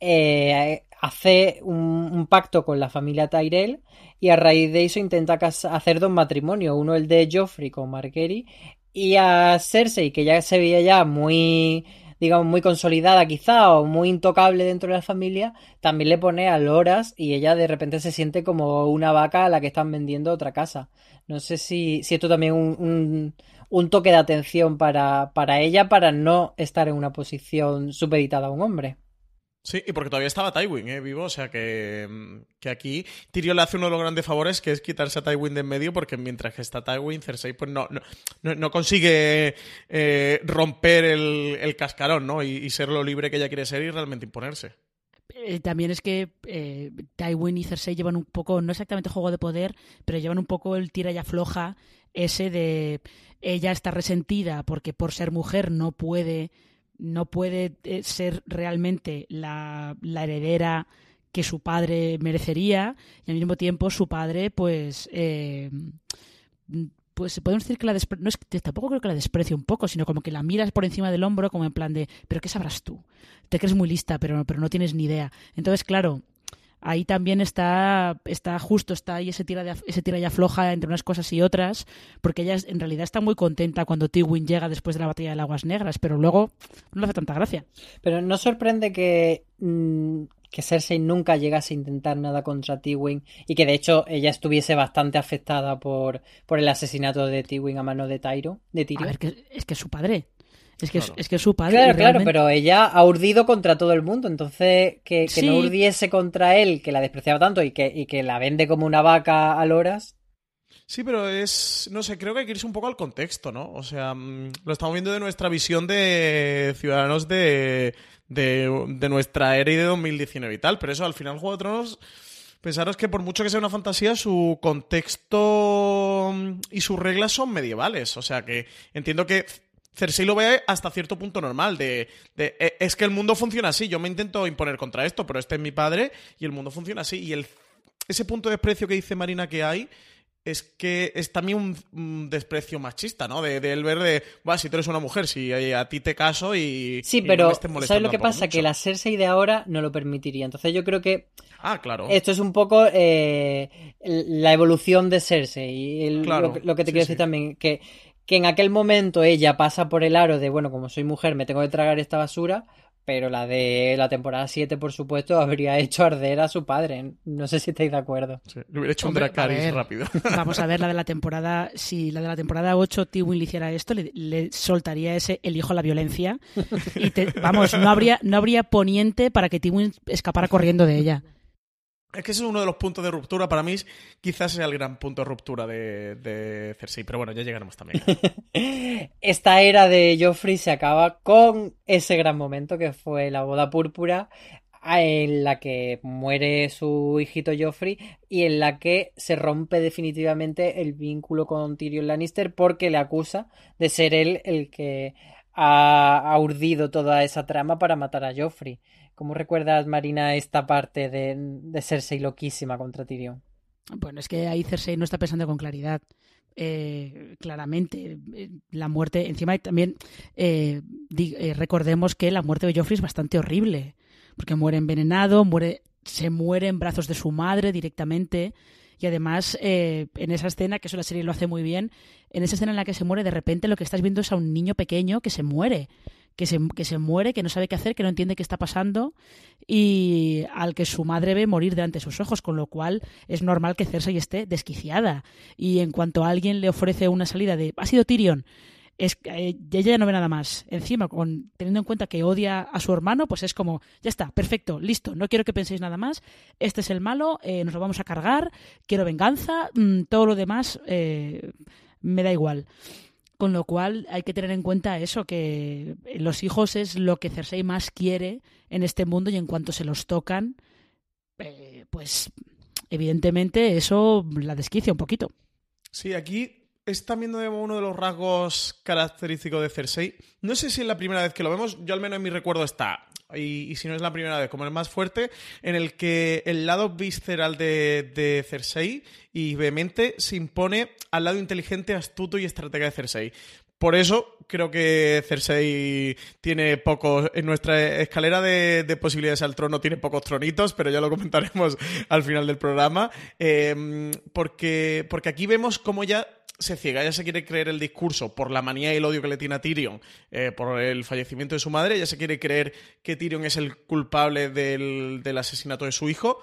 eh, hace un, un pacto con la familia Tyrell y a raíz de eso intenta casa- hacer dos matrimonios, uno el de Joffrey con Margaery, y a Cersei, que ya se veía ya muy, digamos, muy consolidada quizá, o muy intocable dentro de la familia, también le pone a Loras y ella de repente se siente como una vaca a la que están vendiendo otra casa. No sé si, si esto también es un, un, un toque de atención para, para ella, para no estar en una posición supeditada a un hombre. Sí, y porque todavía estaba Tywin, ¿eh? Vivo, o sea que, que aquí Tyrion le hace uno de los grandes favores, que es quitarse a Tywin de en medio, porque mientras que está Tywin, Cersei pues no, no, no, no consigue eh, romper el, el cascarón, ¿no? Y, y ser lo libre que ella quiere ser y realmente imponerse. Eh, también es que eh, Tywin y Cersei llevan un poco, no exactamente juego de poder, pero llevan un poco el tira y afloja ese de ella está resentida porque por ser mujer no puede no puede eh, ser realmente la, la heredera que su padre merecería, y al mismo tiempo su padre pues eh, pues podemos decir que la despre- no es que tampoco creo que la desprecie un poco, sino como que la miras por encima del hombro como en plan de, pero ¿qué sabrás tú? Te crees muy lista, pero, pero no tienes ni idea. Entonces, claro, ahí también está, está justo, está ahí ese tira, de, ese tira y afloja entre unas cosas y otras, porque ella en realidad está muy contenta cuando Tywin llega después de la batalla de Aguas Negras, pero luego no le hace tanta gracia. Pero no sorprende que, mmm, que Cersei nunca llegase a intentar nada contra Tywin y que de hecho ella estuviese bastante afectada por, por el asesinato de Tywin a mano de Tyrion. De Tyrion. A ver, que, es que es su padre. Es que, Claro. es, es que es su padre. Claro, y claro, realmente- pero ella ha urdido contra todo el mundo, entonces que, que Sí. no urdiese contra él, que la despreciaba tanto y que, y que la vende como una vaca a Loras. Sí, pero es, no sé, creo que hay que irse un poco al contexto, ¿no? O sea, mm, lo estamos viendo de nuestra visión de ciudadanos de, de, de nuestra era y de dos mil diecinueve y tal, pero eso, al final, Juego de Tronos, pensaros que por mucho que sea una fantasía, su contexto mm, y sus reglas son medievales, o sea que entiendo que Cersei lo ve hasta cierto punto normal, de, de eh, es que el mundo funciona así, yo me intento imponer contra esto, pero este es mi padre y el mundo funciona así, y el, ese punto de desprecio que dice Marina que hay, es que es también un, un desprecio machista, ¿no? De, de él ver de, va, si tú eres una mujer, si a, a ti te caso y sí, y pero no me estés molestando ¿sabes lo que pasa? mucho. Que la Cersei de ahora no lo permitiría. Entonces yo creo que ah, claro. esto es un poco eh, la evolución de Cersei. Y el, claro. lo, lo que te sí, quiero sí. decir también, que, que en aquel momento ella pasa por el aro de, bueno, como soy mujer me tengo que tragar esta basura, pero la de la temporada siete, por supuesto, habría hecho arder a su padre. No sé si estáis de acuerdo. Sí, le hubiera hecho Hombre, un Dracarys a ver, rápido. Vamos a ver la de la temporada. Si la de la temporada ocho Tywin le hiciera esto, le, le soltaría ese elijo a la violencia. Y te, vamos, no habría, no habría poniente para que Tywin escapara corriendo de ella. Es que ese es uno de los puntos de ruptura. Para mí quizás sea el gran punto de ruptura de, de Cersei. Pero bueno, ya llegaremos también. Esta era de Joffrey se acaba con ese gran momento que fue la boda púrpura, en la que muere su hijito Joffrey y en la que se rompe definitivamente el vínculo con Tyrion Lannister porque le acusa de ser él el que ha, ha urdido toda esa trama para matar a Joffrey. ¿Cómo recuerdas, Marina, esta parte de, de Cersei loquísima contra Tyrion? Bueno, es que ahí Cersei no está pensando con claridad. Eh, claramente, eh, la muerte, encima también eh, di, eh, recordemos que la muerte de Joffrey es bastante horrible, porque muere envenenado, muere, se muere en brazos de su madre directamente, y además eh, en esa escena, que eso la serie lo hace muy bien, en esa escena en la que se muere, de repente lo que estás viendo es a un niño pequeño que se muere. Que se, que se muere, que no sabe qué hacer, que no entiende qué está pasando y al que su madre ve morir delante de sus ojos, con lo cual es normal que Cersei esté desquiciada. Y en cuanto a alguien le ofrece una salida de ha sido Tyrion, es, eh, ella ya no ve nada más. Encima, con, teniendo en cuenta que odia a su hermano, pues es como, ya está, perfecto, listo, no quiero que penséis nada más, este es el malo, eh, nos lo vamos a cargar, quiero venganza, mmm, todo lo demás eh, me da igual. Con lo cual hay que tener en cuenta eso, que los hijos es lo que Cersei más quiere en este mundo y en cuanto se los tocan, eh, pues evidentemente eso la desquicia un poquito. Sí, aquí es también uno de los rasgos característicos de Cersei. No sé si es la primera vez que lo vemos, yo al menos en mi recuerdo está, y, y si no es la primera vez, como el más fuerte, en el que el lado visceral de, de Cersei y vehemente se impone al lado inteligente, astuto y estratega de Cersei. Por eso creo que Cersei tiene pocos... En nuestra escalera de, de posibilidades al trono tiene pocos tronitos, pero ya lo comentaremos al final del programa. Eh, porque, porque aquí vemos cómo ya se ciega, ella se quiere creer el discurso por la manía y el odio que le tiene a Tyrion eh, por el fallecimiento de su madre, ella se quiere creer que Tyrion es el culpable del, del asesinato de su hijo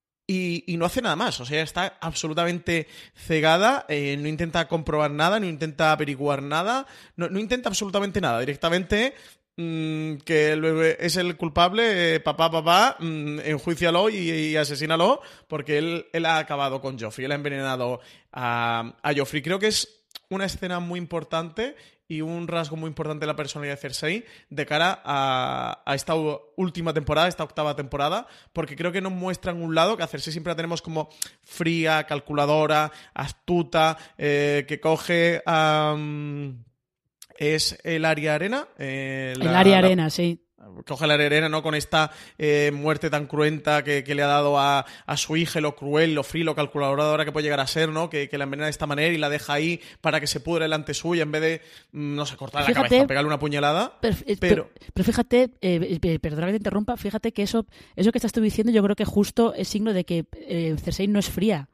y, y no hace nada más, o sea, está absolutamente cegada, eh, no intenta comprobar nada, no intenta averiguar nada, no, no intenta absolutamente nada, directamente mmm, que el bebé es el culpable, eh, papá, papá, mmm, enjuícialo y, y asesínalo, porque él, él ha acabado con Joffrey, él ha envenenado a, a Joffrey. Creo que es una escena muy importante y un rasgo muy importante de la personalidad de Cersei de cara a, a esta última temporada, esta octava temporada, porque creo que nos muestran un lado que a Cersei siempre la tenemos como fría, calculadora, astuta, eh, que coge a... Um, es el Arya Arena. Eh, la, el Arya la, Arena, sí. Coge la arena, ¿no? Con esta eh, muerte tan cruenta que, que le ha dado a, a su hija, lo cruel, lo frío, lo calculadora que puede llegar a ser, ¿no? Que, que la envenena de esta manera y la deja ahí para que se pudre delante suya en vez de, no sé, cortarle fíjate, la cabeza, pegarle una puñalada. Pero, pero, pero, pero fíjate, eh, eh, perdona que te interrumpa, fíjate que eso, eso que estás tú diciendo yo creo que justo es signo de que eh, Cersei no es fría.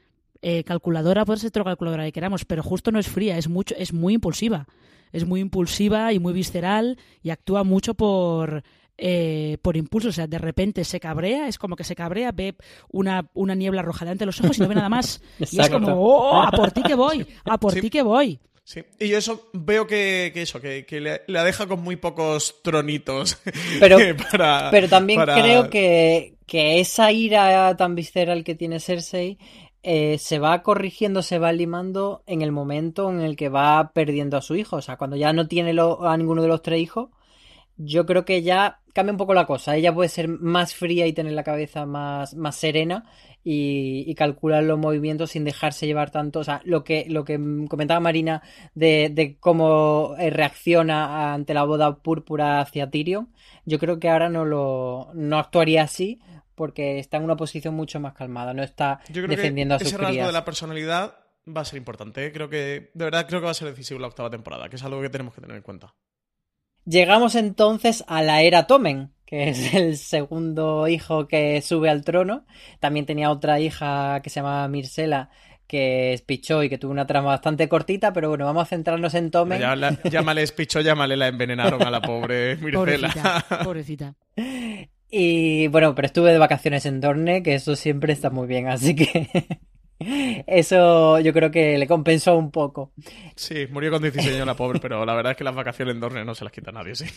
Eh, calculadora, puede ser otra calculadora que queramos, pero justo no es fría, es mucho, es muy impulsiva. Es muy impulsiva y muy visceral y actúa mucho por eh, por impulso. O sea, de repente se cabrea, es como que se cabrea, ve una, una niebla roja delante de los ojos y no ve nada más. Y es como, oh, a por ti que voy, a por sí. ti que voy. Sí, y yo eso veo que, que eso, que, que le, la deja con muy pocos tronitos. Pero, para, pero también para... creo que, que esa ira tan visceral que tiene Cersei Eh, se va corrigiendo, se va limando en el momento en el que va perdiendo a su hijo. O sea, cuando ya no tiene lo, a ninguno de los tres hijos, yo creo que ya cambia un poco la cosa. Ella puede ser más fría y tener la cabeza más, más serena y, y calcular los movimientos sin dejarse llevar tanto. O sea, lo que, lo que comentaba Marina de, de cómo reacciona ante la boda púrpura hacia Tyrion, yo creo que ahora no, lo, no actuaría así, porque está en una posición mucho más calmada, no está defendiendo a sus crías. Ese rasgo crías. de la personalidad va a ser importante. ¿eh? Creo que, de verdad, creo que va a ser decisivo la octava temporada, que es algo que tenemos que tener en cuenta. Llegamos entonces a la era Tommen, que es el segundo hijo que sube al trono. También tenía otra hija que se llama Myrcella, que espichó y que tuvo una trama bastante cortita, pero bueno, vamos a centrarnos en Tommen. Ya, la, llámale espichó, llámale la envenenaron a la pobre Myrcella. Pobrecita, pobrecita. Y bueno, pero estuve de vacaciones en Dorne, que eso siempre está muy bien, así que eso yo creo que le compensó un poco. Sí, murió con dieciséis años la pobre, pero la verdad es que las vacaciones en Dorne no se las quita nadie, sí.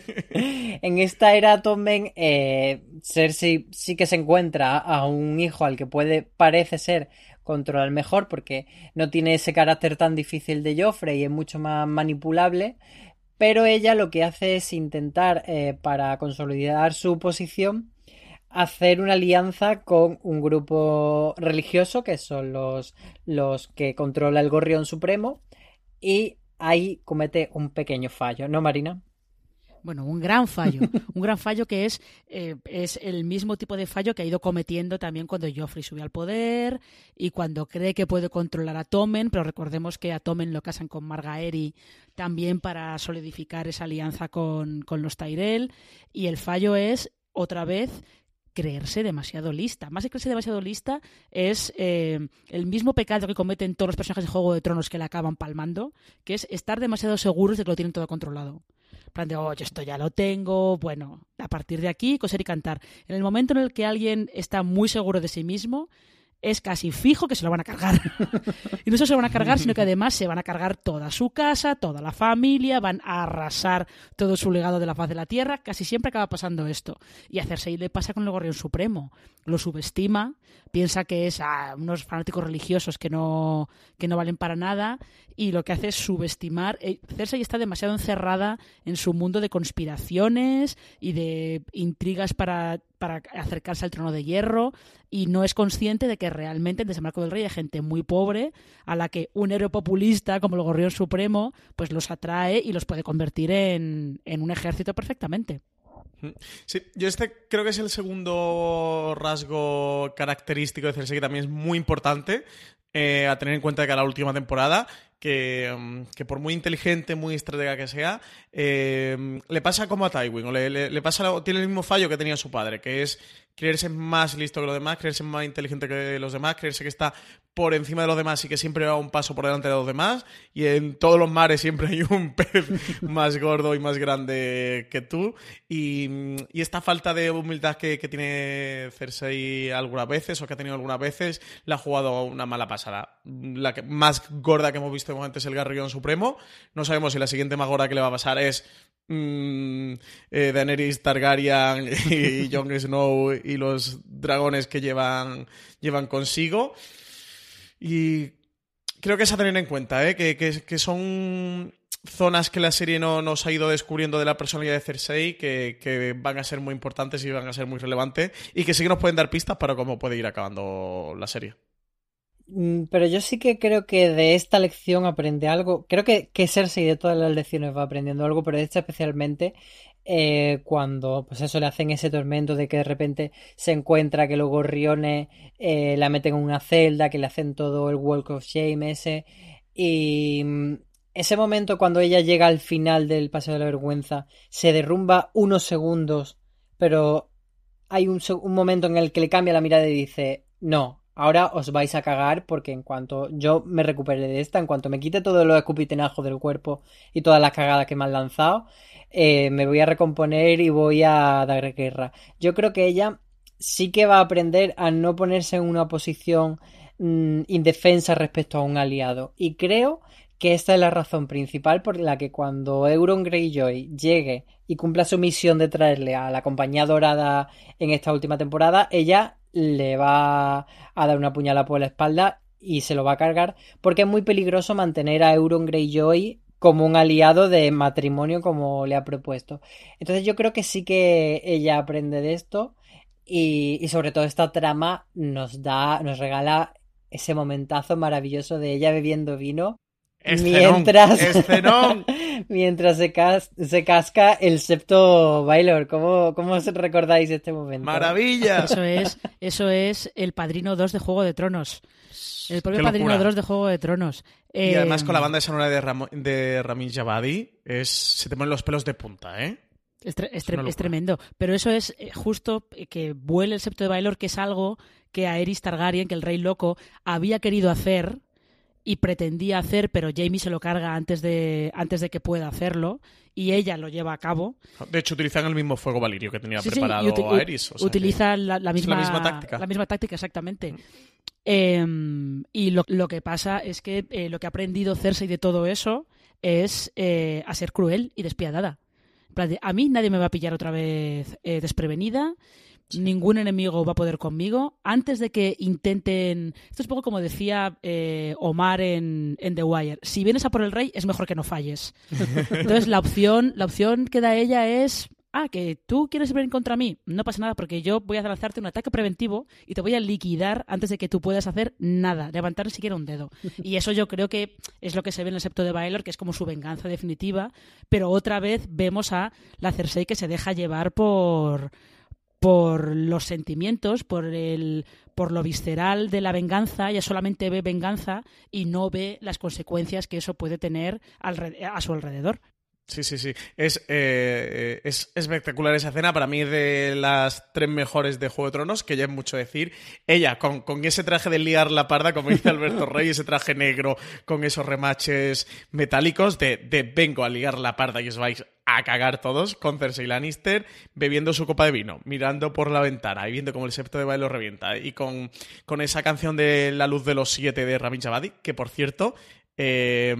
En esta era Tommen, eh, Cersei sí que se encuentra a un hijo al que puede, parece ser, controlar mejor, porque no tiene ese carácter tan difícil de Joffrey y es mucho más manipulable, pero ella lo que hace es intentar, eh, para consolidar su posición, hacer una alianza con un grupo religioso, que son los, los que controla el Gorrión Supremo, y ahí comete un pequeño fallo, ¿no, Marina? Bueno, un gran fallo, un gran fallo que es, eh, es el mismo tipo de fallo que ha ido cometiendo también cuando Joffrey subió al poder y cuando cree que puede controlar a Tommen, pero recordemos que a Tommen lo casan con Margaery también para solidificar esa alianza con, con los Tyrell, y el fallo es, otra vez, creerse demasiado lista. Más que creerse demasiado lista es eh, el mismo pecado que cometen todos los personajes de Juego de Tronos que la acaban palmando, que es estar demasiado seguros de que lo tienen todo controlado. En plan de, oh, yo esto ya lo tengo, bueno, a partir de aquí, coser y cantar. En el momento en el que alguien está muy seguro de sí mismo, es casi fijo que se lo van a cargar. Y no solo se lo van a cargar, sino que además se van a cargar toda su casa, toda la familia, van a arrasar todo su legado de la faz de la tierra. Casi siempre acaba pasando esto. Y a Cersei le pasa con el Gorrión Supremo. Lo subestima, piensa que es a unos fanáticos religiosos que no, que no valen para nada, y lo que hace es subestimar. Cersei está demasiado encerrada en su mundo de conspiraciones y de intrigas para, para acercarse al trono de hierro, y no es consciente de que realmente en Desembarco del Rey hay gente muy pobre a la que un héroe populista como el Gorrión Supremo pues los atrae y los puede convertir en, en un ejército perfectamente. Sí, yo este creo que es el segundo rasgo característico de Cersei, que también es muy importante eh, a tener en cuenta de cara a la última temporada, que, que por muy inteligente, muy estratega que sea, eh, le pasa como a Tywin, o le, le, le pasa, tiene el mismo fallo que tenía su padre, que es creerse más listo que los demás, creerse más inteligente que los demás, creerse que está por encima de los demás y que siempre va un paso por delante de los demás, y en todos los mares siempre hay un pez más gordo y más grande que tú, y, y esta falta de humildad que, que tiene Cersei algunas veces, o que ha tenido algunas veces, le ha jugado una mala pasada. La que, más gorda que hemos visto antes es el Gorrión Supremo. No sabemos si la siguiente más gorda que le va a pasar es Mm, eh, Daenerys Targaryen y Jon Snow y los dragones que llevan, llevan consigo. Y creo que es a tener en cuenta, ¿eh? que, que, que son zonas que la serie no nos ha ido descubriendo de la personalidad de Cersei, que, que van a ser muy importantes y van a ser muy relevantes, y que sí que nos pueden dar pistas para cómo puede ir acabando la serie. Pero yo sí que creo que de esta lección aprende algo. Creo que, que Cersei de todas las lecciones va aprendiendo algo, pero de esta especialmente eh, cuando pues eso le hacen ese tormento de que de repente se encuentra que los gorriones eh, la meten en una celda, que le hacen todo el walk of shame ese, y ese momento cuando ella llega al final del Paseo de la Vergüenza se derrumba unos segundos, pero hay un, un momento en el que le cambia la mirada y dice no, ahora os vais a cagar, porque en cuanto yo me recupere de esta, en cuanto me quite todos los escupitenajos del cuerpo y todas las cagadas que me han lanzado, eh, me voy a recomponer y voy a dar guerra. Yo creo que ella sí que va a aprender a no ponerse en una posición mmm, indefensa respecto a un aliado. Y creo que esta es la razón principal por la que cuando Euron Greyjoy llegue y cumpla su misión de traerle a la Compañía Dorada en esta última temporada, ella le va a dar una puñalada por la espalda y se lo va a cargar, porque es muy peligroso mantener a Euron Greyjoy como un aliado de matrimonio como le ha propuesto. Entonces yo creo que sí que ella aprende de esto, y, y sobre todo esta trama nos da, nos regala ese momentazo maravilloso de ella bebiendo vino. Escenón, mientras escenón. Mientras se, cas se casca el septo Baelor. ¿Cómo, cómo os recordáis este momento? ¡Maravilla! Eso es, eso es el Padrino dos de Juego de Tronos. El propio Padrino dos de Juego de Tronos. Y eh, además con la banda sonora de, Ram de Ramin Djawadi, es, se te ponen los pelos de punta, ¿eh? Es, tre es, es, tre es tremendo. Pero eso es eh, justo que vuele el septo de Baelor, que es algo que Aerys Targaryen, que el Rey Loco, había querido hacer y pretendía hacer, pero Jaime se lo carga antes de, antes de que pueda hacerlo, y ella lo lleva a cabo. De hecho, utilizan el mismo fuego valirio que tenía sí, preparado sí, Aerys. O sea, utiliza la, la, misma, la misma táctica. La misma táctica, exactamente. Eh, y lo, lo que pasa es que eh, lo que ha aprendido Cersei de todo eso es eh, a ser cruel y despiadada. En plan de, a mí nadie me va a pillar otra vez eh, desprevenida, sí. Ningún enemigo va a poder conmigo. Antes de que intenten... Esto es un poco como decía eh, Omar en, en The Wire. Si vienes a por el rey, es mejor que no falles. Entonces la opción, la opción que da ella es... Ah, que tú quieres venir contra mí. No pasa nada porque yo voy a lanzarte un ataque preventivo y te voy a liquidar antes de que tú puedas hacer nada, levantar ni siquiera un dedo. Y eso yo creo que es lo que se ve en el septo de Baelor, que es como su venganza definitiva. Pero otra vez vemos a la Cersei que se deja llevar por, por los sentimientos, por, el, por lo visceral de la venganza. Ella solamente ve venganza y no ve las consecuencias que eso puede tener a su alrededor. Sí, sí, sí. Es, eh, es espectacular esa escena. Para mí es de las tres mejores de Juego de Tronos, que ya es mucho decir. Ella, con, con ese traje de liar la parda, como dice Alberto Rey, ese traje negro con esos remaches metálicos de, de vengo a liar la parda y os vais a cagar todos, con Cersei Lannister bebiendo su copa de vino, mirando por la ventana y viendo como el septo de Baelor revienta. Y con, con esa canción de La luz de los siete de Ramin Djawadi, que por cierto, eh,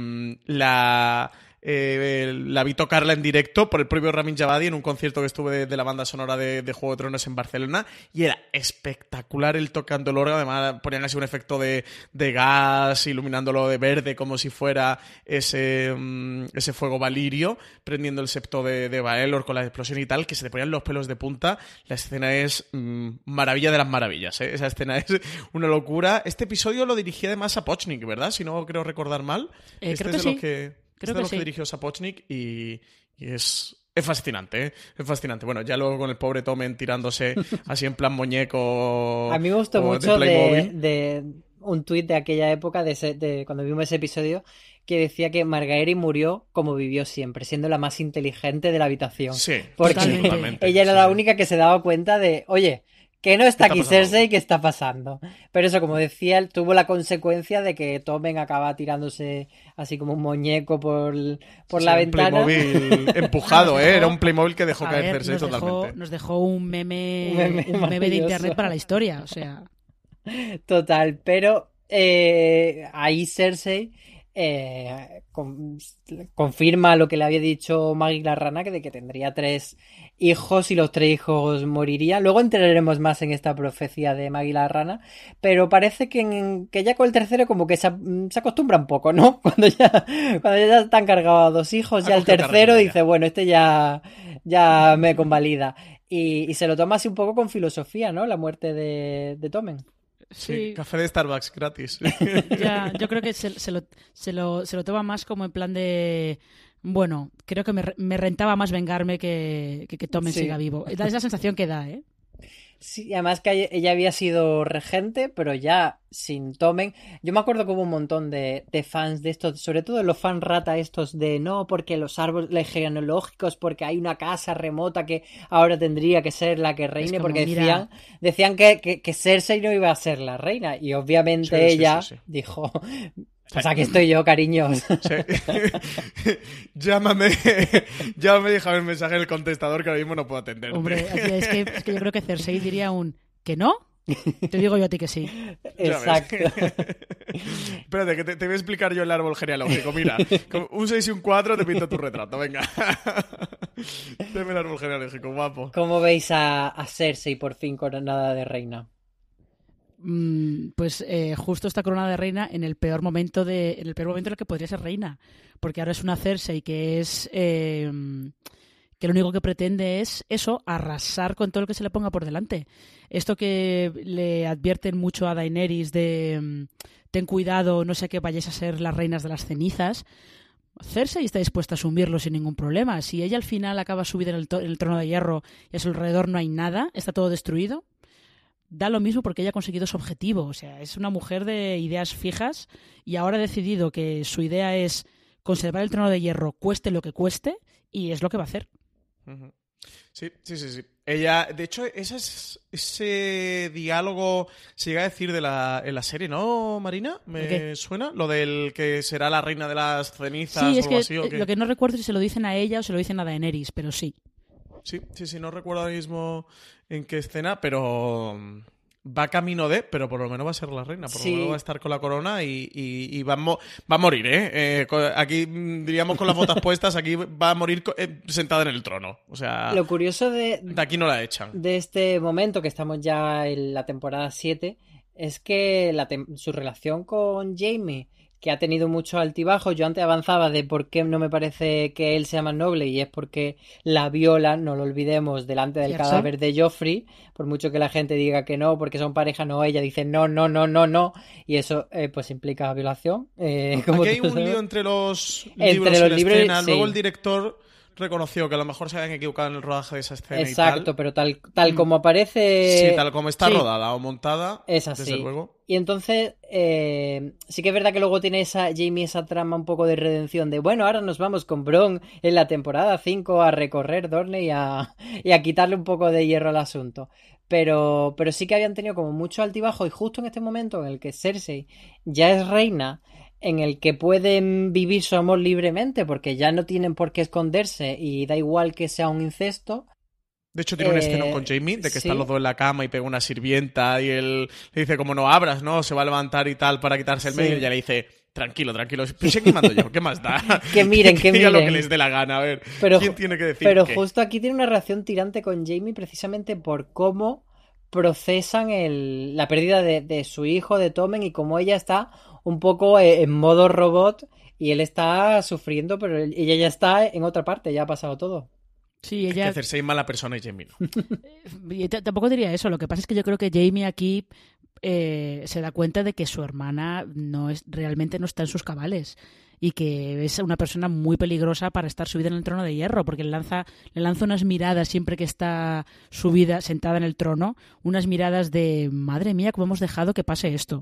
la... Eh, la vi tocarla en directo por el propio Ramin Djawadi en un concierto que estuve de, de la banda sonora de, de Juego de Tronos en Barcelona, y era espectacular él tocando el órgano. Además ponían así un efecto de, de gas iluminándolo de verde como si fuera ese, um, ese fuego valirio prendiendo el septo de, de Baelor con la explosión y tal, que se te ponían los pelos de punta. La escena es mmm, maravilla de las maravillas, ¿eh? Esa escena es una locura. Este episodio lo dirigía además Sapochnik, ¿verdad? Si no creo recordar mal. Eh, este creo es que de sí. los que... Creo Este que es lo sí. que dirigió Sapochnik y, y es, es fascinante, ¿eh? Es fascinante. Bueno, ya luego con el pobre Tommen tirándose así en plan muñeco. A mí me gustó o mucho de, de, de un tuit de aquella época, de, ese, de cuando vimos ese episodio, que decía que Margaery murió como vivió siempre, siendo la más inteligente de la habitación. Sí, porque totalmente. ella era sí, la sí. única que se daba cuenta de, oye, que no está ¿Qué aquí está pasando? Cersei, ¿qué está pasando? Pero eso, como decía, él tuvo la consecuencia de que Tommen acaba tirándose así como un muñeco por, por Sí, la un ventana. Playmobil empujado, Nos ¿eh? dejó- Era un Playmobil que dejó A caer ver, Cersei nos, dejó, totalmente. nos dejó un meme, Un meme un meme de maravilloso. internet para la historia. O sea, Total, pero eh, ahí Cersei eh, con- confirma lo que le había dicho Maggie la Rana, que de que tendría tres hijos y los tres hijos morirían. Luego entraremos más en esta profecía de Maggie la Rana, pero parece que, en- que ya con el tercero como que se, se acostumbra un poco, ¿no? Cuando ya, cuando ya están cargados dos hijos, Ha ya el cogido tercero carrerilla ya. dice, bueno, este ya, ya me convalida. Y, y se lo toma así un poco con filosofía, ¿no? La muerte de, de Tommen. Sí, sí, café de Starbucks gratis. ya, yo creo que se, se lo, se, lo, se lo toma más como en plan de... Bueno, creo que me, re- me rentaba más vengarme que que, que Tommen Sí. siga vivo. Es la sensación que da, ¿eh? Sí, además que ella había sido regente, pero ya sin Tommen. Yo me acuerdo que hubo un montón de, de fans de estos, sobre todo los fan rata estos de no, porque los árboles genealógicos, porque hay una casa remota que ahora tendría que ser la que reine, como, porque mira- decían, decían que, que, que Cersei no iba a ser la reina. Y obviamente Sí, sí, ella sí, sí. dijo, pues aquí estoy yo, cariños. Sí. llámame, llámame y déjame el mensaje en el contestador que ahora mismo no puedo atender. Hombre, es que, es que yo creo que Cersei diría un... ¿Que no? Te digo yo a ti que sí. Ya ves. Exacto. Espérate, que te, te voy a explicar yo el árbol genealógico. Mira, con un seis y un cuatro te pinto tu retrato, venga. Deme el árbol genealógico, guapo. ¿Cómo veis a, a Cersei por fin coronada de reina? Mm, pues eh, justo está coronada de reina en el peor momento de en el peor momento en el que podría ser reina, porque ahora es una Cersei que es eh, que lo único que pretende es eso, arrasar con todo lo que se le ponga por delante. Esto que le advierten mucho a Daenerys de mm, ten cuidado, no sé qué vayáis a ser las reinas de las cenizas. Cersei está dispuesta a asumirlo sin ningún problema. Si ella al final acaba subida en el, to- en el trono de hierro y a su alrededor no hay nada, está todo destruido, da lo mismo porque ella ha conseguido su objetivo. O sea, es una mujer de ideas fijas y ahora ha decidido que su idea es conservar el trono de hierro cueste lo que cueste y es lo que va a hacer. Uh-huh. Sí, sí, sí, sí. Ella, de hecho, ese, es, ese diálogo se llega a decir de la, en la serie, ¿no, Marina? ¿Me ¿Qué? suena? Lo del que será la reina de las cenizas Sí, o es algo que así. ¿O qué? lo que no recuerdo es si se lo dicen a ella o se lo dicen a Daenerys, pero sí. Sí, sí, sí, no recuerdo ahora mismo en qué escena, pero va camino de, pero por lo menos va a ser la reina, por Sí. lo menos va a estar con la corona y, y, y va, a mo- va a morir, ¿eh? eh co- aquí mm, diríamos con las botas puestas, aquí va a morir co- eh, sentada en el trono. O sea, Lo curioso de, de aquí no la echan. de este momento, que estamos ya en la temporada siete, es que la tem- su relación con Jaime, que ha tenido muchos altibajos, yo antes avanzaba de por qué no me parece que él sea más noble, y es porque la viola, no lo olvidemos, delante del ¿Cierto? cadáver de Joffrey, por mucho que la gente diga que no, porque son pareja, no, ella dice no, no, no, no, no, y eso eh, pues implica violación. Eh, como Aquí hay todos un lío sabemos. entre los Entre libros los y la libros, escena. sí. Luego el director reconoció que a lo mejor se habían equivocado en el rodaje de esa escena Exacto, y tal. pero tal, tal como aparece... Sí, tal como está sí. rodada o montada, Es así. desde luego. Y entonces, eh, sí que es verdad que luego tiene esa Jamie esa trama un poco de redención de, bueno, ahora nos vamos con Bronn en la temporada cinco a recorrer Dorne y a, y a quitarle un poco de hierro al asunto. Pero, pero sí que habían tenido como mucho altibajo, y justo en este momento en el que Cersei ya es reina, en el que pueden vivir su amor libremente porque ya no tienen por qué esconderse y da igual que sea un incesto. De hecho, tiene un Eh, escenón con Jamie, de que sí. están los dos en la cama y pega una sirvienta y él le dice como no abras, ¿no? Se va a levantar y tal para quitarse el Sí. medio y ella le dice tranquilo, tranquilo, pues aquí mando yo, ¿qué más da? Que miren, que diga lo que miren. les dé la gana, a ver, Pero, ¿quién ju- tiene que decir pero qué? justo aquí tiene una reacción tirante con Jamie precisamente por cómo procesan el, la pérdida de, de su hijo, de Tommen, y cómo ella está un poco eh, en modo robot y él está sufriendo, pero él- ella ya está en otra parte, ya ha pasado todo. Sí, Es ella... que Cersei es mala persona y Jamie no. Y t- tampoco diría eso. Lo que pasa es que yo creo que Jamie aquí eh, se da cuenta de que su hermana no es realmente no está en sus cabales y que es una persona muy peligrosa para estar subida en el trono de hierro, porque le lanza, le lanza unas miradas siempre que está subida, sentada en el trono, unas miradas de madre mía, cómo hemos dejado que pase esto.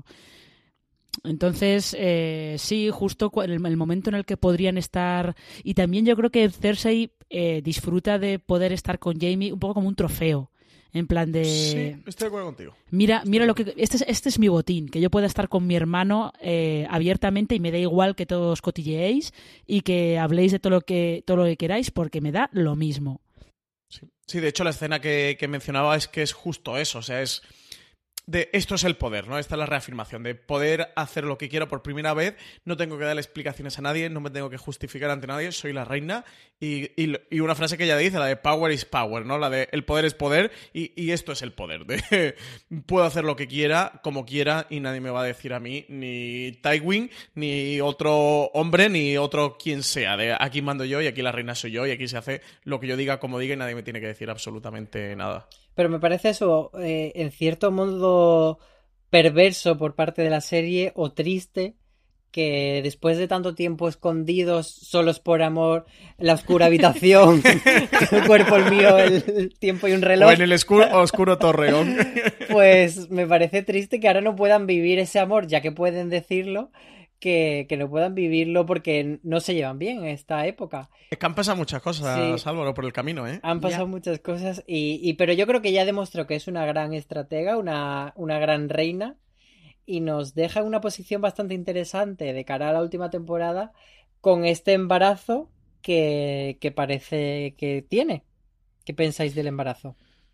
Entonces, eh, sí, justo cu- el, el momento en el que podrían estar... Y también yo creo que Cersei eh, disfruta de poder estar con Jaime un poco como un trofeo. En plan de... Sí, estoy de acuerdo contigo. Mira, mira lo que... Este es, este es mi botín, que yo pueda estar con mi hermano eh, abiertamente y me da igual que todos cotilleéis y que habléis de todo lo que, todo lo que queráis porque me da lo mismo. Sí, sí, de hecho la escena que, que mencionaba es que es justo eso, o sea, es... de esto es el poder, ¿no? Esta es la reafirmación de poder hacer lo que quiero por primera vez, no tengo que darle explicaciones a nadie, no me tengo que justificar ante nadie, soy la reina y, y, y una frase que ella dice, la de power is power, ¿no? La de el poder es poder y, y esto es el poder, de puedo hacer lo que quiera, como quiera y nadie me va a decir a mí, ni Tywin, ni otro hombre, ni otro quien sea, de aquí mando yo y aquí la reina soy yo y aquí se hace lo que yo diga, como diga y nadie me tiene que decir absolutamente nada. Pero me parece eso, eh, en cierto modo perverso por parte de la serie, o triste, que después de tanto tiempo escondidos, solos por amor, la oscura habitación, el cuerpo el mío, el, el tiempo y un reloj. O en el oscuro, oscuro torreón. Pues me parece triste que ahora no puedan vivir ese amor, ya que pueden decirlo, que, que no puedan vivirlo porque no se llevan bien en esta época. Es que han pasado muchas cosas, Sí. Álvaro, por el camino, ¿eh? Han pasado Ya. muchas cosas, y, y pero yo creo que ya demostró que es una gran estratega, una, una gran reina, y nos deja en una posición bastante interesante de cara a la última temporada con este embarazo que, que parece que tiene. ¿Qué pensáis del embarazo?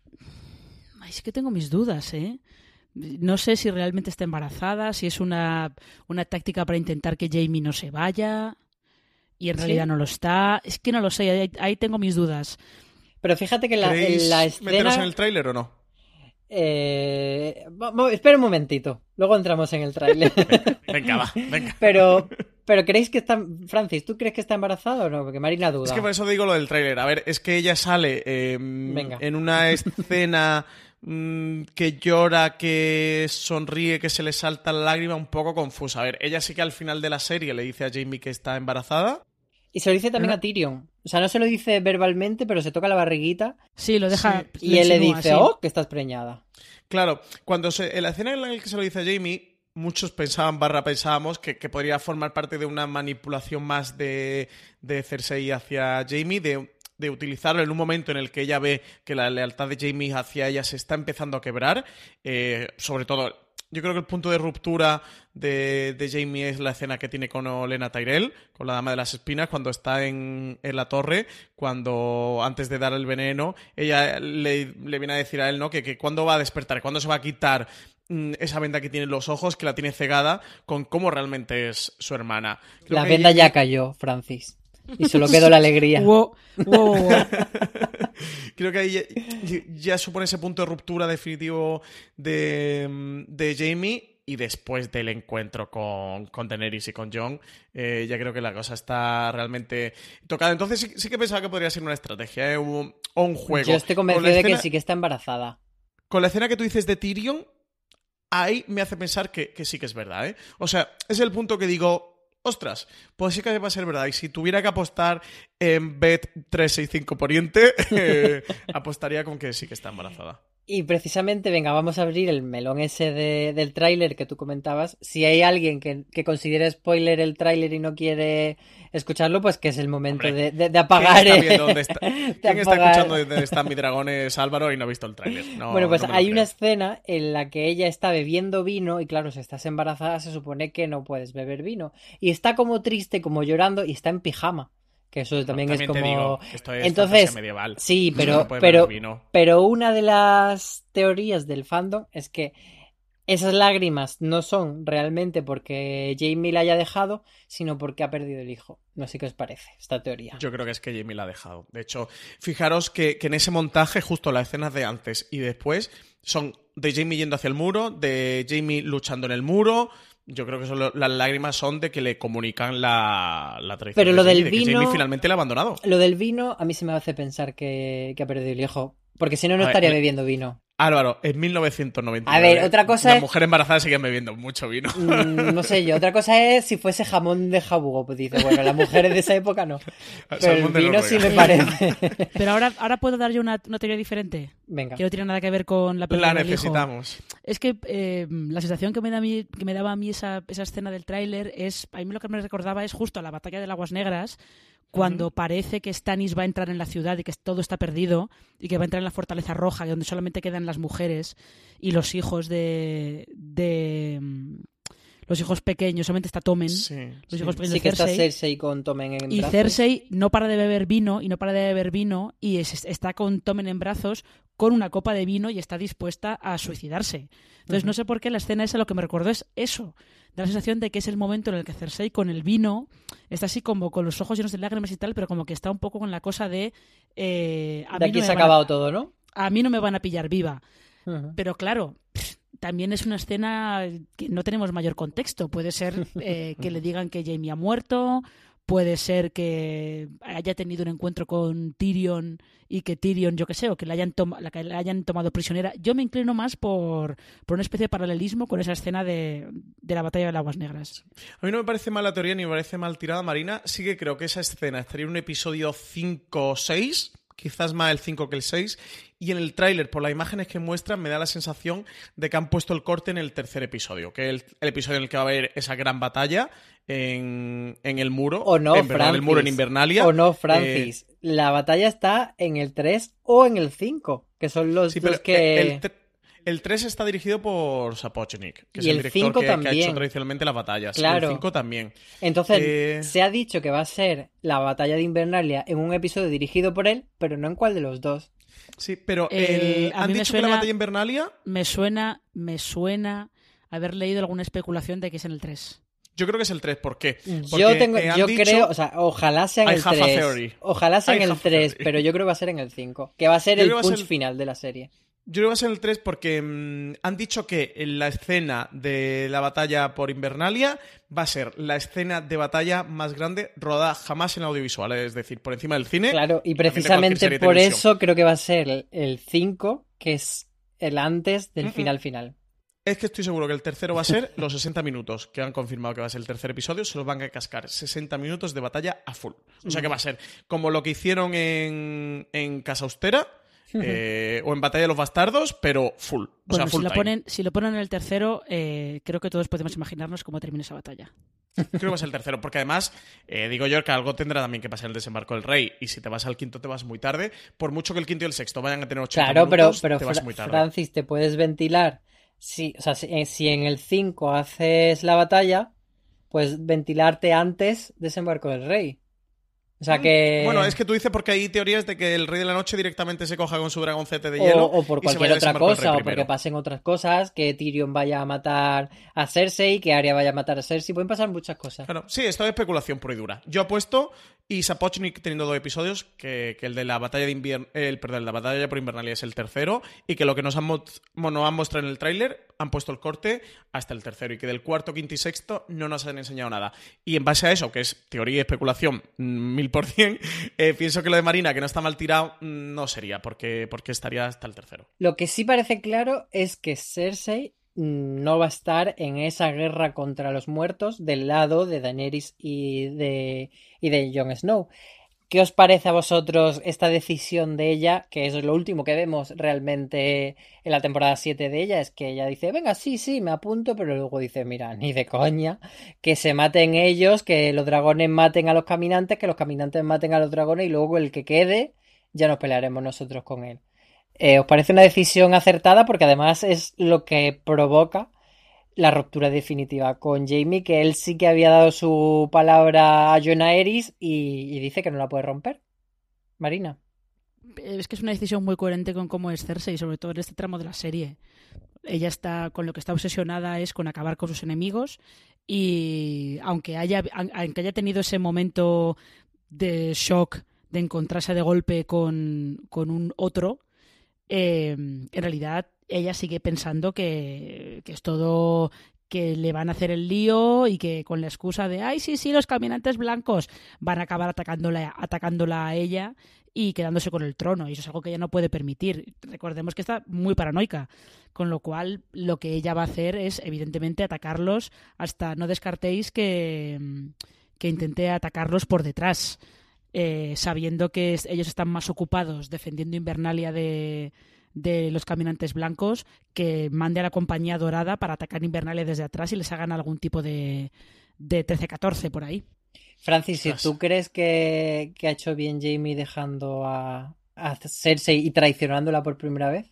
Ay, es que tengo mis dudas, ¿eh? No sé si realmente está embarazada, si es una, una táctica para intentar que Jaime no se vaya y en ¿Sí? realidad no lo está. Es que no lo sé, ahí, ahí tengo mis dudas. Pero fíjate que la, ¿Queréis en la meteros escena... en el tráiler o no? Eh, va- va- espera un momentito, luego entramos en el tráiler. Venga, va, venga. Pero, pero ¿creéis que está... Francis, ¿tú crees que está embarazada o no? Porque Marina duda. Es que por eso digo lo del tráiler. A ver, es que ella sale eh, Venga. en una escena mm, que llora, que sonríe, que se le salta la lágrima, un poco confusa. A ver, ella sí que al final de la serie le dice a Jaime que está embarazada. Y se lo dice también ¿Eh? a Tyrion. O sea, no se lo dice verbalmente, pero se toca la barriguita. Sí, lo deja. Sí. Y él le insinúa, dice, sí. oh, que estás preñada. Claro, cuando se, en la escena en la que se lo dice a Jaime, muchos pensaban, barra pensábamos, que, que podría formar parte de una manipulación más de, de Cersei hacia Jaime, de, de utilizarlo en un momento en el que ella ve que la lealtad de Jaime hacia ella se está empezando a quebrar. Eh, sobre todo, yo creo que el punto de ruptura de, de Jaime es la escena que tiene con Olenna Tyrell, con la Dama de las Espinas, cuando está en, en la torre, cuando antes de dar el veneno, ella le, le viene a decir a él, ¿no? Que, que cuándo va a despertar, cuándo se va a quitar mm, esa venda que tiene en los ojos, que la tiene cegada, con cómo realmente es su hermana. Creo La que venda Jaime- ya cayó, Francis. Y solo quedó la alegría. Wow, wow, wow. Creo que ahí ya, ya supone ese punto de ruptura definitivo de, de Jaime. Y después del encuentro con, con Daenerys y con Jon, eh, ya creo que la cosa está realmente tocada. Entonces sí, sí que pensaba que podría ser una estrategia, ¿eh? o, o un juego. Yo estoy convencido Con la de que escena- sí que está embarazada. Con la escena que tú dices de Tyrion, ahí me hace pensar que, que sí que es verdad, ¿eh? O sea, es el punto que digo, ostras, pues sí que va a ser verdad. Y si tuviera que apostar en Bet trescientos sesenta y cinco Poniente, eh, apostaría con que sí que está embarazada. Y precisamente, venga, vamos a abrir el melón ese de, del tráiler que tú comentabas. Si hay alguien que, que considere spoiler el tráiler y no quiere escucharlo, pues que es el momento Hombre, de, de, de apagar. ¿Quién está, eh, viendo dónde está, de ¿quién está apagar. escuchando de dónde están mis dragones, Álvaro, y no ha visto el tráiler? No, Bueno, pues no me lo hay creo. una escena en la que ella está bebiendo vino y claro, si estás embarazada se supone que no puedes beber vino. Y está como triste, como llorando y está en pijama. Que eso también, No, es también como... te digo, esto es Entonces, fantasía medieval. sí, pero, No puede pero, beber vino. pero una de las teorías del fandom es que esas lágrimas no son realmente porque Jaime la haya dejado, sino porque ha perdido el hijo. No sé qué os parece esta teoría. Yo creo que es que Jaime la ha dejado. De hecho, fijaros que, que en ese montaje, justo las escenas de antes y después, son de Jaime yendo hacia el muro, de Jaime luchando en el muro. Yo creo que son lo- las lágrimas son de que le comunican la, la traición. Pero de lo Jaime, del de que vino- Jaime finalmente la ha abandonado. Lo del vino a mí se me hace pensar que, que ha perdido el hijo. Porque si no, no A ver, estaría le- bebiendo vino. Álvaro, en mil novecientos noventa y A nueve, ver, otra cosa las es- mujeres embarazadas siguen bebiendo mucho vino. Mm, no sé yo. Otra cosa es si fuese jamón de jabugo. Pues dice, bueno, las mujeres de esa época no. Pero el Salmón de vino sí Noruega. me parece. Pero ahora, ahora puedo dar yo una, una teoría diferente. Venga. Que no tiene nada que ver con la pérdida La del hijo. necesitamos. Es que eh, la sensación que me, da a mí, que me daba a mí esa, esa escena del tráiler es, a mí lo que me recordaba es justo a la batalla de Aguas Negras, cuando parece que Stannis va a entrar en la ciudad y que todo está perdido y que va a entrar en la Fortaleza Roja, donde solamente quedan las mujeres y los hijos de... de mm, los hijos pequeños, solamente está Tommen, Sí, los sí. hijos pequeños Sí de que está Cersei. Cersei con Tommen en Y brazos. Cersei no para de beber vino y no para de beber vino y es- está con Tommen en brazos con una copa de vino y está dispuesta a suicidarse. Entonces Ujú. no sé por qué la escena esa lo que me recordó es eso. Da la sensación de que es el momento en el que Cersei con el vino está así como con los ojos llenos de lágrimas y tal, pero como que está un poco con la cosa de... Eh, a De mí aquí no se ha me van a- acabado todo, ¿no? a mí no me van a pillar viva. Ujú. Pero claro, pff, también es una escena que no tenemos mayor contexto. Puede ser eh, que le digan que Jaime ha muerto, puede ser que haya tenido un encuentro con Tyrion y que Tyrion, yo qué sé, o que la hayan, toma- la que la hayan tomado prisionera. Yo me inclino más por, por una especie de paralelismo con esa escena de, de la batalla de las Aguas Negras. A mí no me parece mal la teoría ni me parece mal tirada, Marina. Sí que creo que esa escena estaría en un episodio cinco o seis, quizás más el cinco que el seis, y en el tráiler, por las imágenes que muestran, me da la sensación de que han puesto el corte en el tercer episodio, que es el, el episodio en el que va a haber esa gran batalla en, en el muro. O no, en, perdón, Francis. el muro en Invernalia. O no, Eh, Francis. La batalla está en el tres o en el cinco, que son los sí, dos pero que... el, tre- el tres está dirigido por Sapochnik, que es Y el el director cinco que, que ha también. hecho tradicionalmente las batallas. Claro. Y el cinco también. Entonces, Eh, se ha dicho que va a ser la batalla de Invernalia en un episodio dirigido por él, pero no en cuál de los dos. Sí, pero Eh, el- a han mí me dicho que suena- la batalla en Invernalia... Me suena, me suena haber leído alguna especulación de que es en el tres. Yo creo que es el tres. ¿Por qué? Yo Porque, tengo, eh, han yo dicho- creo, o sea, ojalá sea en I el have a tres. theory. Ojalá sea I en el have a tres, theory. pero yo creo que va a ser en el cinco. Que va a ser Yo el creo que va a punch ser- final de la serie. Yo creo que va a ser el tres porque mm, han dicho que en la escena de la batalla por Invernalia va a ser la escena de batalla más grande rodada jamás en audiovisual, es decir, por encima del cine. Claro, y también de cualquier precisamente serie de por televisión. eso creo que va a ser el- el cinco, que es el antes del Mm-mm. final final. Es que estoy seguro que el tercero va a ser los sesenta minutos que han confirmado que va a ser el tercer episodio, se los van a cascar sesenta minutos de batalla a full. O sea que va a ser como lo que hicieron en, en Casa Austera eh, o en Batalla de los Bastardos, pero full. O bueno, sea, full si, lo time. ponen, si lo ponen en el tercero, eh, creo que todos podemos imaginarnos cómo termina esa batalla. Creo que va a ser el tercero, porque además, eh, digo yo que algo tendrá también que pasar el desembarco del rey, y si te vas al quinto te vas muy tarde, por mucho que el quinto y el sexto vayan a tener ochenta Claro, pero, minutos, pero te vas Fra- muy tarde. Francis, te puedes ventilar. Sí, o sea, si, eh, si en el cinco haces la batalla, pues ventilarte antes desembarco del rey. O sea que... Bueno, es que tú dices porque hay teorías de que el Rey de la Noche directamente se coja con su dragoncete de O, hielo o por y se cualquier vaya a otra desembarcar el cosa, rey o porque primero. pasen otras cosas, que Tyrion vaya a matar a Cersei, que Arya vaya a matar a Cersei, pueden pasar muchas cosas. Claro, sí, esto es especulación pura y dura. Yo apuesto, y Sapochnik teniendo dos episodios, que, que el de la batalla de invierno, el perdón, la batalla por Invernalia es el tercero, y que lo que nos han, mo- nos han mostrado en el tráiler han puesto el corte hasta el tercero, y que del cuarto, quinto y sexto no nos han enseñado nada. Y en base a eso, que es teoría y especulación mil por cien, eh, pienso que lo de Marina, que no está mal tirado, no sería, porque, porque estaría hasta el tercero. Lo que sí parece claro es que Cersei mm, no va a estar en esa guerra contra los muertos del lado de Daenerys y de, y de Jon Snow. ¿Qué os parece a vosotros esta decisión de ella? Que eso es lo último que vemos realmente en la temporada siete de ella, es que ella dice, venga, sí, sí, me apunto, pero luego dice, mira, ni de coña, que se maten ellos, que los dragones maten a los caminantes, que los caminantes maten a los dragones y luego el que quede ya nos pelearemos nosotros con él. Eh, ¿os parece una decisión acertada? Porque además es lo que provoca la ruptura definitiva con Jaime, que él sí que había dado su palabra a Jon Aerys y, y dice que no la puede romper. Marina. Es que es una decisión muy coherente con cómo es Cersei, sobre todo en este tramo de la serie. Ella está, con lo que está obsesionada es con acabar con sus enemigos, y aunque haya, aunque haya tenido ese momento de shock de encontrarse de golpe con, con un otro, eh, en realidad ella sigue pensando que, que es todo, que le van a hacer el lío y que con la excusa de ay, sí, sí, los caminantes blancos van a acabar atacándola, atacándola a ella y quedándose con el trono, y eso es algo que ella no puede permitir. Recordemos que está muy paranoica, con lo cual lo que ella va a hacer es evidentemente atacarlos, hasta no descartéis que, que intente atacarlos por detrás, eh, sabiendo que es, ellos están más ocupados defendiendo Invernalia de... de los caminantes blancos, que mande a la compañía dorada para atacar Invernalia desde atrás y les hagan algún tipo de, de trece catorce por ahí. Francis, si tú crees que, que ha hecho bien Jaime dejando a, a Cersei y traicionándola por primera vez.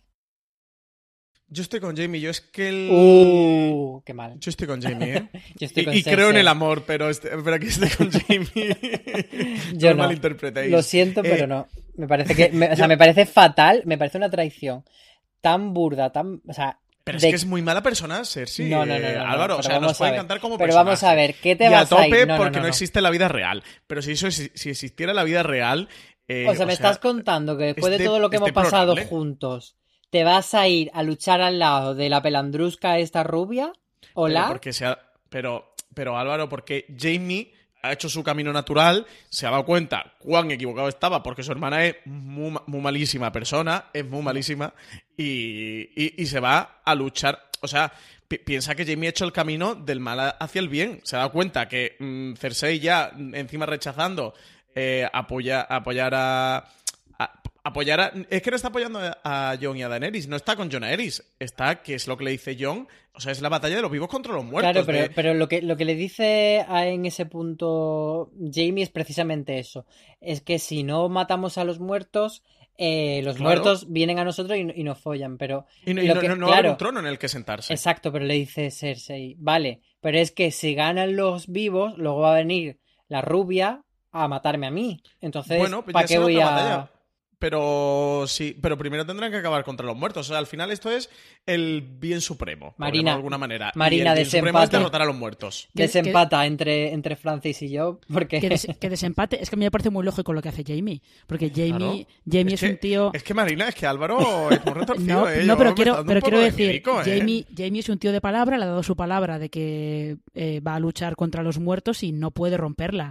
Yo estoy con Jaime, yo es que el... Uh, qué mal. Yo estoy con Jaime, ¿eh? Yo estoy y, con y creo en Cersei. el amor, pero, este, pero aquí estoy con Jaime. Yo no no. malinterpretéis. Lo siento, Eh, pero no. Me parece que, me, o sea, yo- me parece fatal, me parece una traición tan burda, tan, o sea, Pero es de- que es muy mala persona, Cersei. No, no, no, no, eh, no, Álvaro, o pero sea, vamos nos puede a ver. encantar como Pero personaje. vamos a ver, ¿qué te y vas a a tope ir? No, no, porque no, no no. existe la vida real. Pero si eso si, si existiera la vida real... eh, O sea, me estás contando que después es de de- todo lo que es hemos pasado deplorable. juntos, ¿te vas a ir a luchar al lado de la pelandrusca esta rubia? ¿Hola? Pero, porque sea, pero, pero Álvaro, porque Jaime ha hecho su camino natural, se ha dado cuenta cuán equivocado estaba, porque su hermana es muy, ma- muy malísima persona, es muy malísima, y, y, y se va a luchar. O sea, pi- piensa que Jaime ha hecho el camino del mal a- hacia el bien. Se ha dado cuenta que mm, Cersei ya, mm, encima rechazando, eh, apoya, apoyar a... a- apoyar a- es que no está apoyando a, a Jon y a Daenerys, no está con Jon Aerys, está, que es lo que le dice Jon, o sea, es la batalla de los vivos contra los muertos. Claro, pero, de- pero lo que, lo que le dice a- en ese punto Jaime es precisamente eso. Es que si no matamos a los muertos, eh, los Claro. muertos vienen a nosotros y, y nos follan. Pero y no, y lo no- que- no- no va a haber claro, un trono en el que sentarse. exacto, pero le dice Cersei, vale, pero es que si ganan los vivos, luego va a venir la rubia a matarme a mí. Entonces, Bueno, pues ¿para ya qué será voy otra a...? batalla. Pero sí, pero primero tendrán que acabar contra los muertos. O sea, al final esto es el bien supremo, por Marina, llamarlo de alguna manera. Marina, y el bien supremo es desempate. derrotar a los muertos. Que- Desempata entre, entre Francis y yo, porque... Que, des- que desempate, es que a mí me parece muy lógico lo que hace Jaime, porque Jaime, Claro. Jaime Es es, que- un tío... Es que Marina, es que Álvaro es muy retorcido, No, ¿eh? no, Yo pero me quiero, está dando pero un poco quiero de decir, miedico, ¿eh? Jaime, Jaime es un tío de palabra, le ha dado su palabra de que eh, va a luchar contra los muertos y no puede romperla.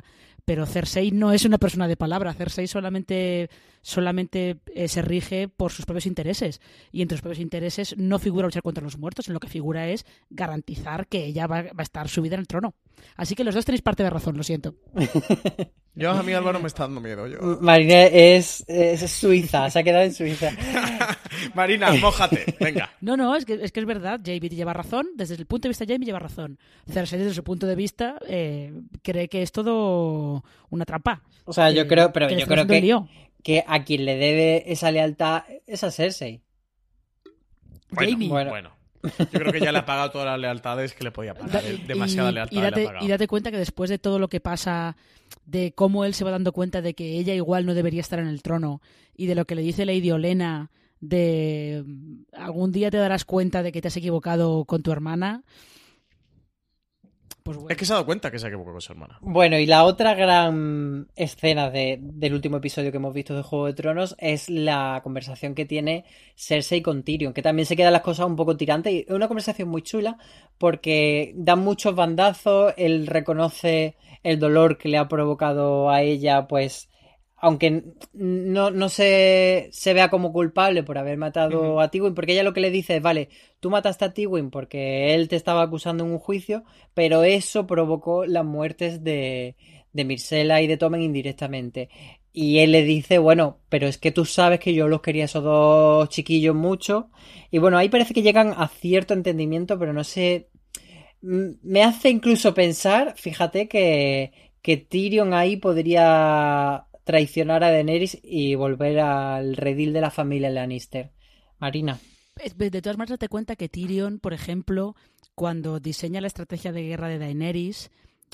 pero Cersei no es una persona de palabra. Cersei solamente, solamente eh, se rige por sus propios intereses, y entre los propios intereses no figura luchar contra los muertos, en lo que figura es garantizar que ella va, va a estar subida en el trono. Así que los dos tenéis parte de razón, lo siento. Yo, a mí Álvaro me está dando miedo. Yo. Marina es, es suiza, se ha quedado en Suiza. Marina, mójate, venga. No, no, es que, es que es verdad, Jamie lleva razón, desde el punto de vista de Jamie lleva razón. Cersei, desde su punto de vista, eh, cree que es todo una trampa. O sea, yo eh, creo, pero que yo creo que, lío. que a quien le debe esa lealtad es a Cersei. Bueno, Jamie. bueno. bueno. Yo creo que ya le ha pagado todas las lealtades que le podía pagar. Da- Demasiada y, lealtad y date, le ha pagado. y date cuenta que después de todo lo que pasa, de cómo él se va dando cuenta de que ella igual no debería estar en el trono, y de lo que le dice Lady Olenna, de algún día te darás cuenta de que te has equivocado con tu hermana, pues bueno. Es que se ha dado cuenta que se ha equivocado con su hermana. Bueno, y la otra gran escena de, del último episodio que hemos visto de Juego de Tronos es la conversación que tiene Cersei con Tyrion, que también se quedan las cosas un poco tirantes. Y es una conversación muy chula porque dan muchos bandazos, él reconoce el dolor que le ha provocado a ella, pues aunque no, no se, se vea como culpable por haber matado Ujú. a Tywin, porque ella lo que le dice es, vale, tú mataste a Tywin porque él te estaba acusando en un juicio, pero eso provocó las muertes de, de Myrcella y de Tommen indirectamente. Y él le dice, bueno, pero es que tú sabes que yo los quería a esos dos chiquillos mucho. Y bueno, ahí parece que llegan a cierto entendimiento, pero no sé... M- Me hace incluso pensar, fíjate, que, que Tyrion ahí podría traicionar a Daenerys y volver al redil de la familia Lannister. Marina. Es- De todas maneras, date cuenta que Tyrion, por ejemplo, cuando diseña la estrategia de guerra de Daenerys,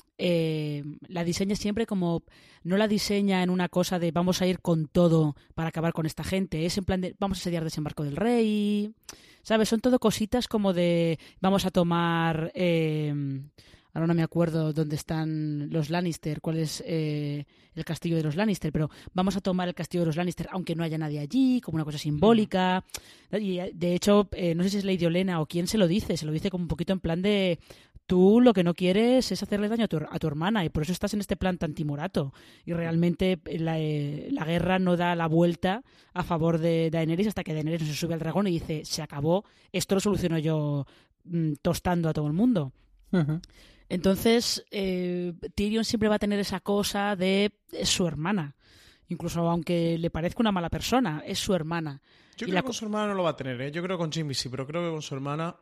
eh, la diseña siempre como... No la diseña en una cosa de vamos a ir con todo para acabar con esta gente. Es en plan de vamos a asediar Desembarco del Rey. ¿Sabes? Son todo cositas como de vamos a tomar... Eh, ahora no me acuerdo dónde están los Lannister, cuál es eh, el castillo de los Lannister, pero vamos a tomar el castillo de los Lannister aunque no haya nadie allí, como una cosa simbólica. Y de hecho, eh, no sé si es Lady Olenna o quién se lo dice, se lo dice como un poquito en plan de tú lo que no quieres es hacerle daño a tu, a tu hermana, y por eso estás en este plan tan timorato. Y realmente la, eh, la guerra no da la vuelta a favor de Daenerys hasta que Daenerys no se sube al dragón y dice, se acabó, esto lo soluciono yo mm, tostando a todo el mundo. Uh-huh. Entonces, eh, Tyrion siempre va a tener esa cosa de es su hermana. Incluso aunque le parezca una mala persona, es su hermana. Yo Y creo la que con co- su hermana no lo va a tener, ¿eh? Yo creo que con Jimmy sí, pero creo que con su hermana...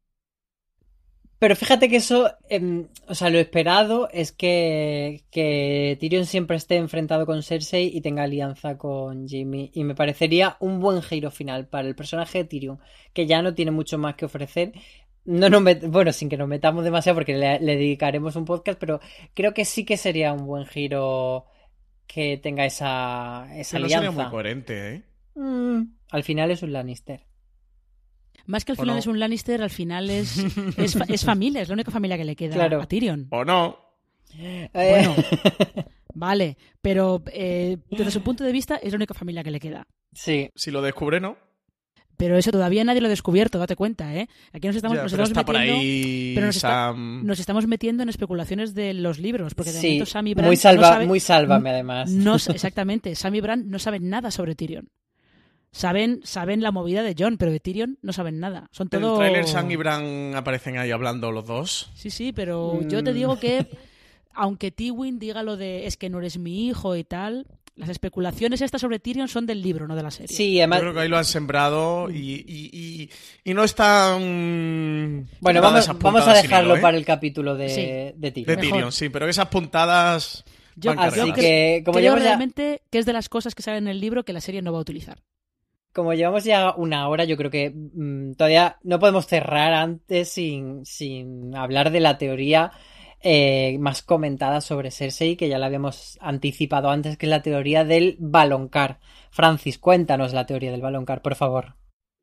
Pero fíjate que eso, eh, o sea, lo esperado es que, que Tyrion siempre esté enfrentado con Cersei y tenga alianza con Jaime. Y me parecería un buen giro final para el personaje de Tyrion, que ya no tiene mucho más que ofrecer. No nos met- bueno, sin que nos metamos demasiado porque le, le dedicaremos un podcast, pero creo que sí que sería un buen giro que tenga esa, esa Que no alianza. sería muy coherente, ¿eh? Mm, al final es un Lannister. Más que al ¿O final no? es un Lannister, al final es, es, fa- es familia, es la única familia que le queda Claro. a Tyrion. ¿O no? Eh, Bueno, vale, pero eh, desde su punto de vista es la única familia que le queda. sí. Si lo descubre, no. Pero eso todavía nadie lo ha descubierto, date cuenta, ¿eh? Aquí nos estamos, Ya, nos pero estamos está por metiendo... ahí pero nos, está- Sam... nos estamos metiendo en especulaciones de los libros, porque de Sí, momento Sam y Bran muy, salva, no sabe- muy sálvame además. No, exactamente, Sam y Bran no saben nada sobre Tyrion. Saben, saben la movida de Jon, pero de Tyrion no saben nada. Son En todo... el tráiler Sam y Bran aparecen ahí hablando los dos. Sí, sí, pero yo te Mm. digo que aunque Tywin diga lo de es que no eres mi hijo y tal, las especulaciones estas sobre Tyrion son del libro, no de la serie. Sí, Yo además... creo que ahí lo han sembrado y, y, y, y no están... Bueno, dadas vamos, esas vamos a puntadas sin dejarlo hilo, ¿eh? para el capítulo de, Sí. de De Tyrion. Mejor. Tyrion, sí, pero esas puntadas... Yo, van Así yo cargadas. que, como creo llevamos, ya, realmente que es de las cosas que salen en el libro que la serie no va a utilizar. como llevamos ya una hora, yo creo que mm, todavía no podemos cerrar antes sin, sin hablar de la teoría eh, más comentada sobre Cersei, que ya la habíamos anticipado antes, que es la teoría del Valonqar. Francis, cuéntanos la teoría del Valonqar, por favor.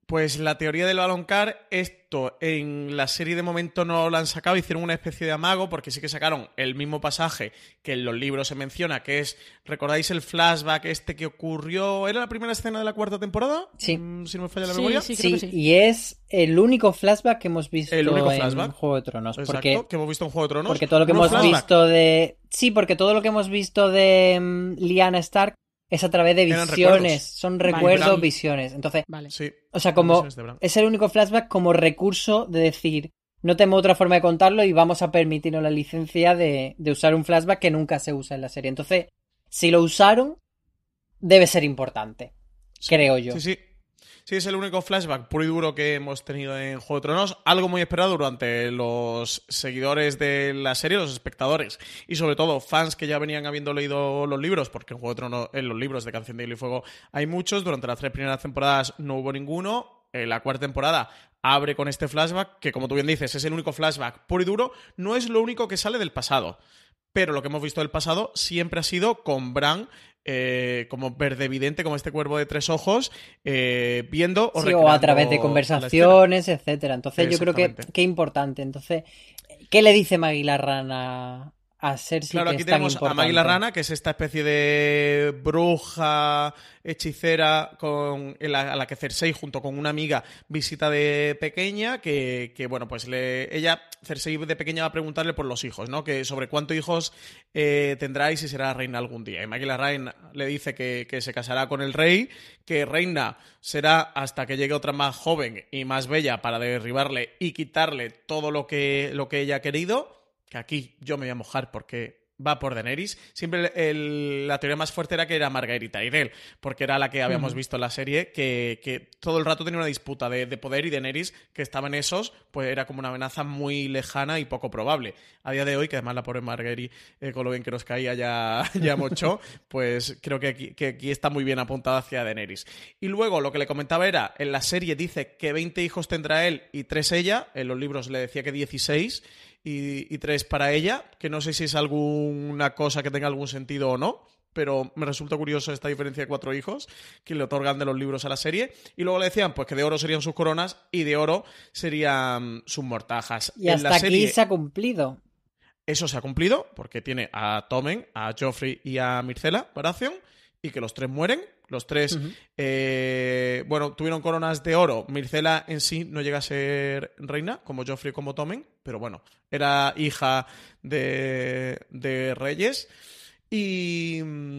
Pues la teoría del Valonqar, esto en la serie de momento no lo han sacado, hicieron una especie de amago porque sí que sacaron el mismo pasaje que en los libros se menciona, que es, ¿recordáis el flashback este que ocurrió? ¿Era la primera escena de la cuarta temporada? Sí. Mm, si no me falla la Sí, memoria. sí, creo Sí, que sí. y es el único flashback que hemos visto El único en flashback. Juego de Tronos. Exacto, Porque, que hemos visto en Juego de Tronos. porque todo lo que Unos hemos flashback. visto de... Sí, porque todo lo que hemos visto de um, Lyanna Stark es a través de Eran visiones. recuerdos. Son Vale, recuerdos, Bran. visiones. Entonces, Vale. Sí. o sea, como Visiones de Bran. es el único flashback como recurso de decir, no tenemos otra forma de contarlo y vamos a permitirnos la licencia de, de usar un flashback que nunca se usa en la serie. Entonces, si lo usaron, debe ser importante, creo yo. Sí, sí. Sí, es el único flashback puro y duro que hemos tenido en Juego de Tronos. Algo muy esperado durante los seguidores de la serie, los espectadores y sobre todo fans que ya venían habiendo leído los libros, porque en Juego de Tronos, en los libros de Canción de Hielo y Fuego hay muchos. Durante las tres primeras temporadas no hubo ninguno. En la cuarta temporada abre con este flashback, que como tú bien dices, es el único flashback puro y duro. No es lo único que sale del pasado, pero lo que hemos visto del pasado siempre ha sido con Bran eh, como verde evidente, como este cuervo de tres ojos, eh, viendo o Sí, recreando o a través de la conversaciones, etcétera. Entonces yo creo que Exactamente. que importante. Entonces, ¿qué le dice Maggie la Rana a Cersei? Claro, que aquí es tan tenemos a importante? Maggie la Rana, que es esta especie de bruja hechicera con, en la, a la que Cersei, junto con una amiga, visita de pequeña, que, que bueno, pues le, ella, Cersei de pequeña va a preguntarle por los hijos, ¿no? Que sobre cuántos hijos eh, tendrá y si será reina algún día. Y Maggie la Rana le dice que, que se casará con el rey, que reina será hasta que llegue otra más joven y más bella para derribarle y quitarle todo lo que, lo que ella ha querido. Que aquí yo me voy a mojar porque va por Daenerys. Siempre el, la teoría más fuerte era que era Margaery Tyrell, porque era la que habíamos uh-huh. visto en la serie, que, que todo el rato tenía una disputa de, de poder, y Daenerys, que estaba en esos, pues era como una amenaza muy lejana y poco probable. A día de hoy, que además la pobre Margaery, eh, con lo bien que nos caía, ya, ya mochó, pues creo que aquí, que aquí está muy bien apuntado hacia Daenerys. Y luego lo que le comentaba era, en la serie dice que veinte hijos tendrá él y tres ella, en los libros le decía que dieciséis, Y, y tres para ella, que no sé si es alguna cosa que tenga algún sentido o no, pero me resulta curioso esta diferencia de cuatro hijos que le otorgan de los libros a la serie. Y luego le decían pues que de oro serían sus coronas y de oro serían sus mortajas. Y en hasta la aquí serie, se ha cumplido. Eso se ha cumplido, porque tiene a Tommen, a Joffrey y a Myrcella Baratheon, y que los tres mueren. Los tres, uh-huh. eh, bueno, tuvieron coronas de oro. Myrcella en sí no llega a ser reina, como Joffrey como Tommen, pero bueno, era hija de, de reyes. Y,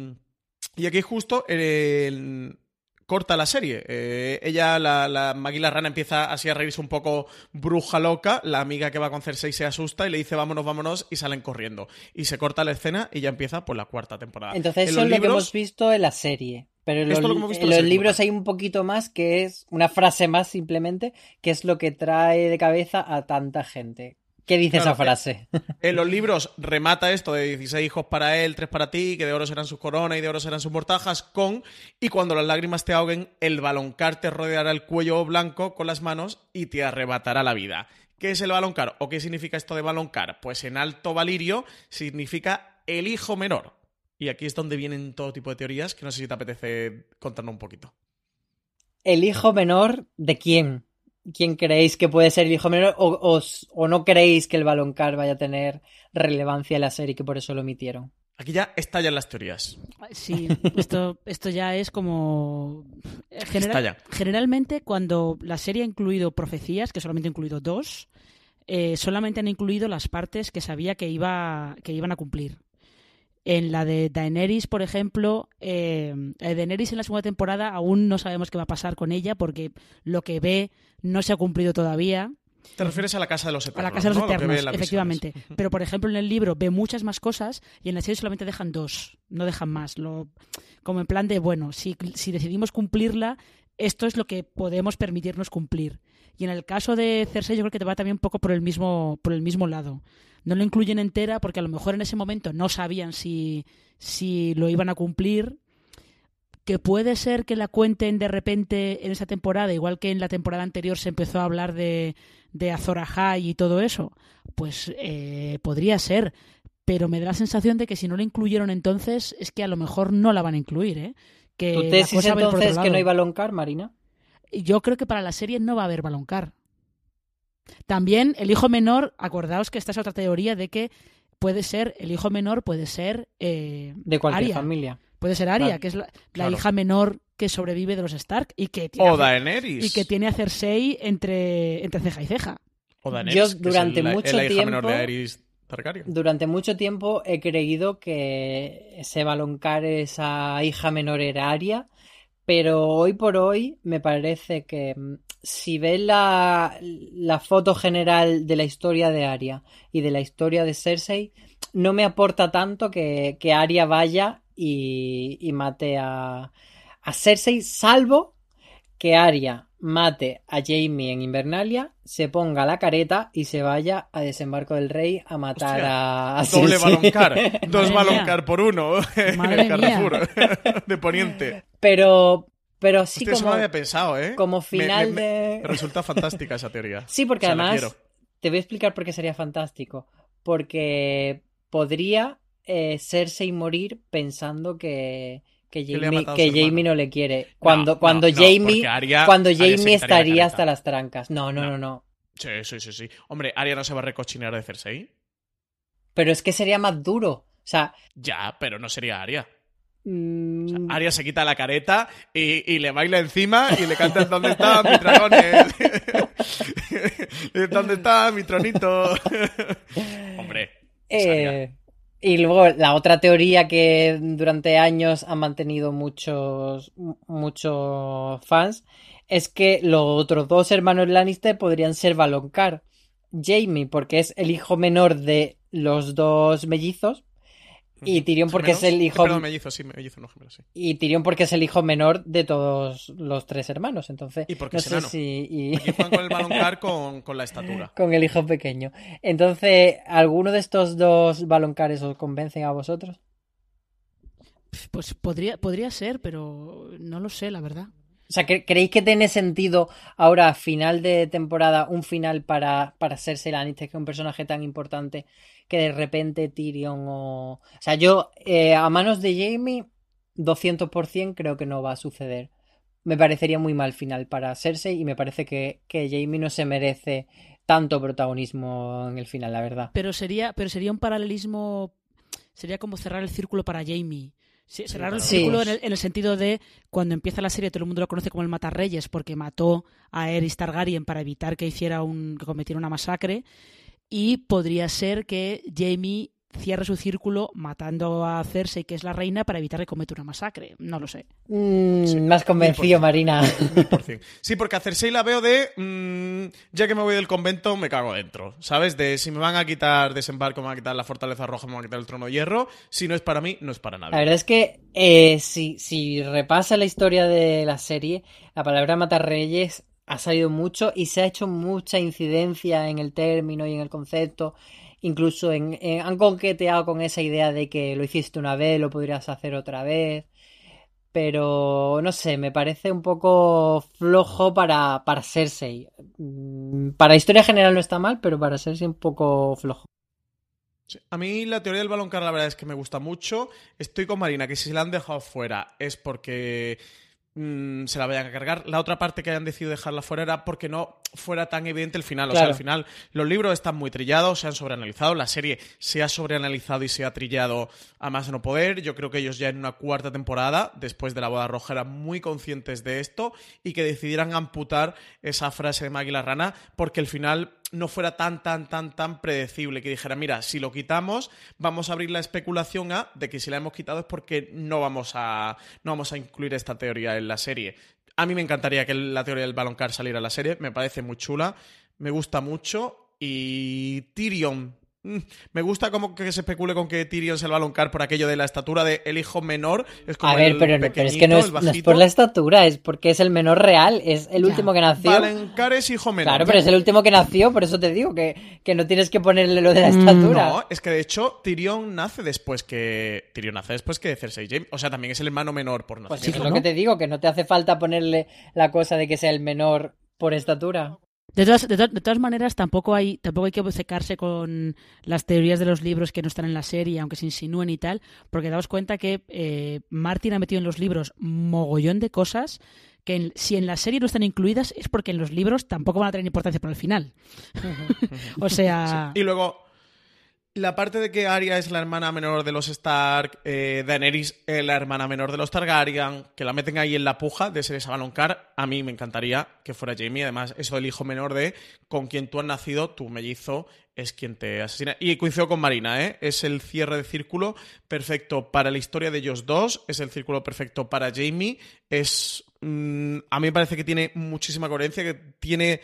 y aquí justo el, corta la serie. Eh, ella, la, la Maggie la Rana, empieza así a reírse un poco bruja loca. La amiga que va con Cersei se asusta y le dice vámonos, vámonos, y salen corriendo. Y se corta la escena y ya empieza pues la cuarta temporada. Entonces en eso es libros, lo que hemos visto en la serie. Pero en los, lo que hemos visto en en la los serie, libros hay un poquito más, que es una frase más simplemente, que es lo que trae de cabeza a tanta gente. ¿Qué dice claro, esa frase? En los libros remata esto de dieciséis hijos para él, tres para ti, que de oro serán sus coronas y de oro serán sus mortajas, con y cuando las lágrimas te ahoguen, el Valonqar te rodeará el cuello blanco con las manos y te arrebatará la vida. ¿Qué es el Valonqar? ¿O qué significa esto de Valonqar? Pues en Alto Valirio significa el hijo menor. Y aquí es donde vienen todo tipo de teorías que no sé si te apetece contarnos un poquito. ¿El hijo menor de quién? ¿Quién creéis que puede ser el hijo menor? ¿O, o, o no creéis que el Valonqar vaya a tener relevancia en la serie y que por eso lo omitieron? Aquí ya estallan las teorías. Sí, esto, esto ya es como... General, Estalla. Generalmente cuando la serie ha incluido profecías, que solamente ha incluido dos, eh, solamente han incluido las partes que sabía que, iba, que iban a cumplir. En la de Daenerys, por ejemplo, eh, Daenerys en la segunda temporada aún no sabemos qué va a pasar con ella porque lo que ve no se ha cumplido todavía. Te refieres a la Casa de los Eternos, A la Casa de los ¿no? Eternos, efectivamente. Pero, por ejemplo, en el libro ve muchas más cosas y en la serie solamente dejan dos, no dejan más. Lo, como en plan de, bueno, si, si decidimos cumplirla, esto es lo que podemos permitirnos cumplir. Y en el caso de Cersei yo creo que te va también un poco por el mismo, por el mismo lado. No lo incluyen entera porque a lo mejor en ese momento no sabían si, si lo iban a cumplir. Que puede ser que la cuenten de repente en esa temporada, igual que en la temporada anterior se empezó a hablar de, de Azor Ahai y todo eso. Pues eh, podría ser, pero me da la sensación de que si no la incluyeron entonces es que a lo mejor no la van a incluir, ¿eh? Que ¿Tu tesis entonces que no hay Valonqar, Marina? yo creo que para la serie no va a haber Valonqar. También el hijo menor, acordaos que esta es otra teoría de que puede ser, el hijo menor puede ser eh, de cualquier Arya. familia. Puede ser Arya, Claro. que es la, la Claro. hija menor que sobrevive de los Stark y que tiene, O a, Daenerys. y que tiene a Cersei entre, entre ceja y ceja. O Daenerys, Yo que es durante el- la- mucho la hija menor tiempo- de Aerys Targaryen. Durante mucho tiempo he creído que ese Valonqar, esa hija menor era Arya, pero hoy por hoy me parece que mm, si ves la, la foto general de la historia de Arya y de la historia de Cersei, no me aporta tanto que, que Arya vaya y, y mate a, a Cersei, salvo que Arya mate a Jaime en Invernalia, se ponga la careta y se vaya a Desembarco del Rey a matar Hostia, a, a Doble Cersei. Valonqar. Dos Madre Valonqar mía. por uno en Madre el Carrefour de Poniente. Pero, pero sí Hostia, eso no como, lo había pensado, ¿eh? como Me- final me, me- de... me resulta fantástica esa teoría. Sí, porque O sea, la además quiero. te voy a explicar por qué sería fantástico. Porque podría eh, Cersei morir pensando que, que Que le ha Jaime, matado que su hermano. Jaime no le quiere. Cuando, No, cuando no, no, Jaime, porque Arya- cuando Arya se Jaime quitaría la estaría careta. hasta las trancas. No, no, No. no, no. Sí, sí, sí, sí. Hombre, Arya no se va a recochinear de Cersei. Pero es que sería más duro. O sea, Ya, pero no sería Arya. mm, O sea, Arya se quita la careta y, y le baila encima y le canta ¿dónde están mis dragones? ¿Dónde está mi tronito? Hombre, es Arya. Eh, y luego la otra teoría que durante años han mantenido muchos, muchos fans es que los otros dos hermanos Lannister podrían ser Valonqar. Jaime, porque es el hijo menor de los dos mellizos, y Tyrion porque es ¿Gemelos? el hijo Perdón, mellizo, sí, mellizo, no gemelo, sí. y Tyrion porque es el hijo menor de todos los tres hermanos. Entonces, Y porque no es sé enano. si y- Aquí juegan con el Valonqar con, con la estatura. con el hijo pequeño. Entonces, ¿alguno de estos dos Valonqares os convencen a vosotros? Pues podría, podría ser, pero no lo sé, la verdad. O sea, ¿cre- ¿creéis que tiene sentido ahora, a final de temporada, un final para, para Cersei Lannister, que es un personaje tan importante, que de repente Tyrion o... O sea, yo, eh, a manos de Jaime, doscientos por ciento creo que no va a suceder. Me parecería muy mal final para Cersei y me parece que, que Jaime no se merece tanto protagonismo en el final, la verdad. Pero sería, pero sería un paralelismo, sería como cerrar el círculo para Jaime. Sí, cerrar el Sí. círculo en el, en el sentido de cuando empieza la serie todo el mundo lo conoce como el Matarreyes porque mató a Aerys Targaryen para evitar que hiciera un que cometiera una masacre, y podría ser que Jaime cierre su círculo matando a Cersei, que es la reina, para evitar que cometa una masacre. No lo sé. Mm, Sí, me has convencido, Marina. mil por cien. Sí, porque a Cersei la veo de mm, ya que me voy del convento me cago dentro, ¿sabes? De si me van a quitar desembarco, me van a quitar la fortaleza roja, me van a quitar el trono de hierro, si no es para mí, no es para nadie. La verdad es que eh, si, si repasa la historia de la serie, la palabra Matarreyes ha salido mucho y se ha hecho mucha incidencia en el término y en el concepto. Incluso en, en- han coqueteado con esa idea de que lo hiciste una vez, lo podrías hacer otra vez. Pero no sé, me parece un poco flojo para, para Cersei. Mm, Para historia general no está mal, pero para Cersei un poco flojo. Sí. A mí la teoría del Valonqar la verdad es que me gusta mucho. Estoy con Marina, que si se la han dejado fuera es porque mm, se la vayan a cargar. La otra parte que hayan decidido dejarla fuera era porque no fuera tan evidente el final. O sea, Claro. al final los libros están muy trillados, se han sobreanalizado, la serie se ha sobreanalizado y se ha trillado a más no poder. Yo creo que ellos ya en una cuarta temporada, después de la boda roja, eran muy conscientes de esto y que decidieran amputar esa frase de Maggie la rana porque el final no fuera tan, tan, tan, tan predecible, que dijera, mira, si lo quitamos, vamos a abrir la especulación a de que si la hemos quitado es porque no vamos a, no vamos a incluir esta teoría en la serie. A mí me encantaría que la teoría del Valonqar saliera a la serie, me parece muy chula, me gusta mucho, y Tyrion... mm, Me gusta como que se especule con que Tyrion es el Valonqar por aquello de la estatura de el hijo menor. Es como A ver, el pero, no, pero es que no pequeñito, es, el no es bajito. por la estatura, es porque es el menor real, es el Ya. último que nació. Valonqar es hijo menor. Claro, pero es el último que nació, por eso te digo que, que no tienes que ponerle lo de la estatura. No, es que de hecho Tyrion nace después que Tyrion nace después que Cersei Jaime, o sea, también es el hermano menor por Pues nacimiento. eso es lo que te digo, que no te hace falta ponerle la cosa de que sea el menor por estatura. De todas, de, to- de todas maneras, tampoco hay, tampoco hay que obcecarse con las teorías de los libros que no están en la serie, aunque se insinúen y tal, porque daos cuenta que eh, Martin ha metido en los libros mogollón de cosas que en, si en la serie no están incluidas es porque en los libros tampoco van a tener importancia para el final. O sea... Sí. Y luego... La parte de que Arya es la hermana menor de los Stark, eh, Daenerys es la hermana menor de los Targaryen, que la meten ahí en la puja de ser esa Baloncar, a mí me encantaría que fuera Jaime. Además, eso del hijo menor de con quien tú has nacido, tu mellizo es quien te asesina. Y coincido con Marina, ¿eh? Es el cierre de círculo perfecto para la historia de ellos dos, es el círculo perfecto para Jaime, es... Mmm, a mí me parece que tiene muchísima coherencia, que tiene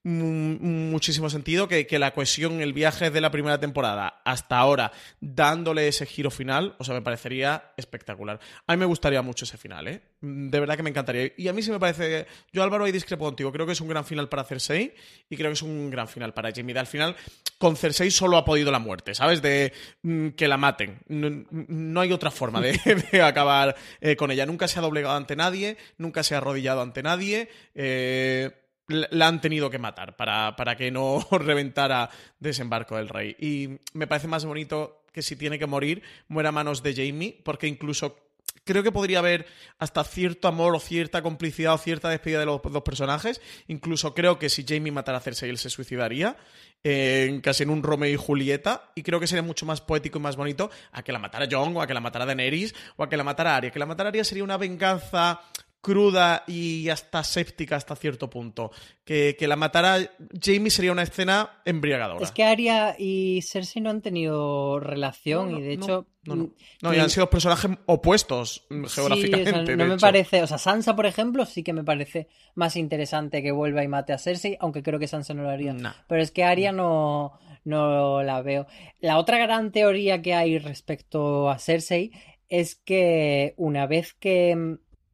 mm, muchísimo sentido, que, que la cohesión, el viaje de la primera temporada hasta ahora, dándole ese giro final, o sea, me parecería espectacular. A mí me gustaría mucho ese final, ¿eh? De verdad que me encantaría. Y a mí sí me parece... Yo, Álvaro, ahí discrepo contigo. Creo que es un gran final para Cersei y creo que es un gran final para Jaime. Al final, con Cersei solo ha podido la muerte, ¿sabes? De mm, que la maten. No, no hay otra forma de, de acabar eh, con ella. Nunca se ha doblegado ante nadie, nunca se ha arrodillado ante nadie. Eh... la han tenido que matar para, para que no reventara Desembarco del Rey. Y me parece más bonito que si tiene que morir, muera a manos de Jaime, porque incluso creo que podría haber hasta cierto amor o cierta complicidad o cierta despedida de los dos personajes. Incluso creo que si Jaime matara a Cersei, él se suicidaría, eh, casi en un Romeo y Julieta, y creo que sería mucho más poético y más bonito a que la matara Jon, o a que la matara Daenerys, o a que la matara Arya. Que la matara Arya sería una venganza cruda y hasta séptica hasta cierto punto. Que, que la matara Jaime sería una escena embriagadora. Es que Arya y Cersei no han tenido relación no, no, y de no, hecho... No, no. no y han sido personajes opuestos geográficamente. Sí, o sea, no me hecho. parece... O sea, Sansa, por ejemplo, sí que me parece más interesante que vuelva y mate a Cersei, aunque creo que Sansa no lo haría. No. Pero es que Arya no, no la veo. La otra gran teoría que hay respecto a Cersei es que una vez que...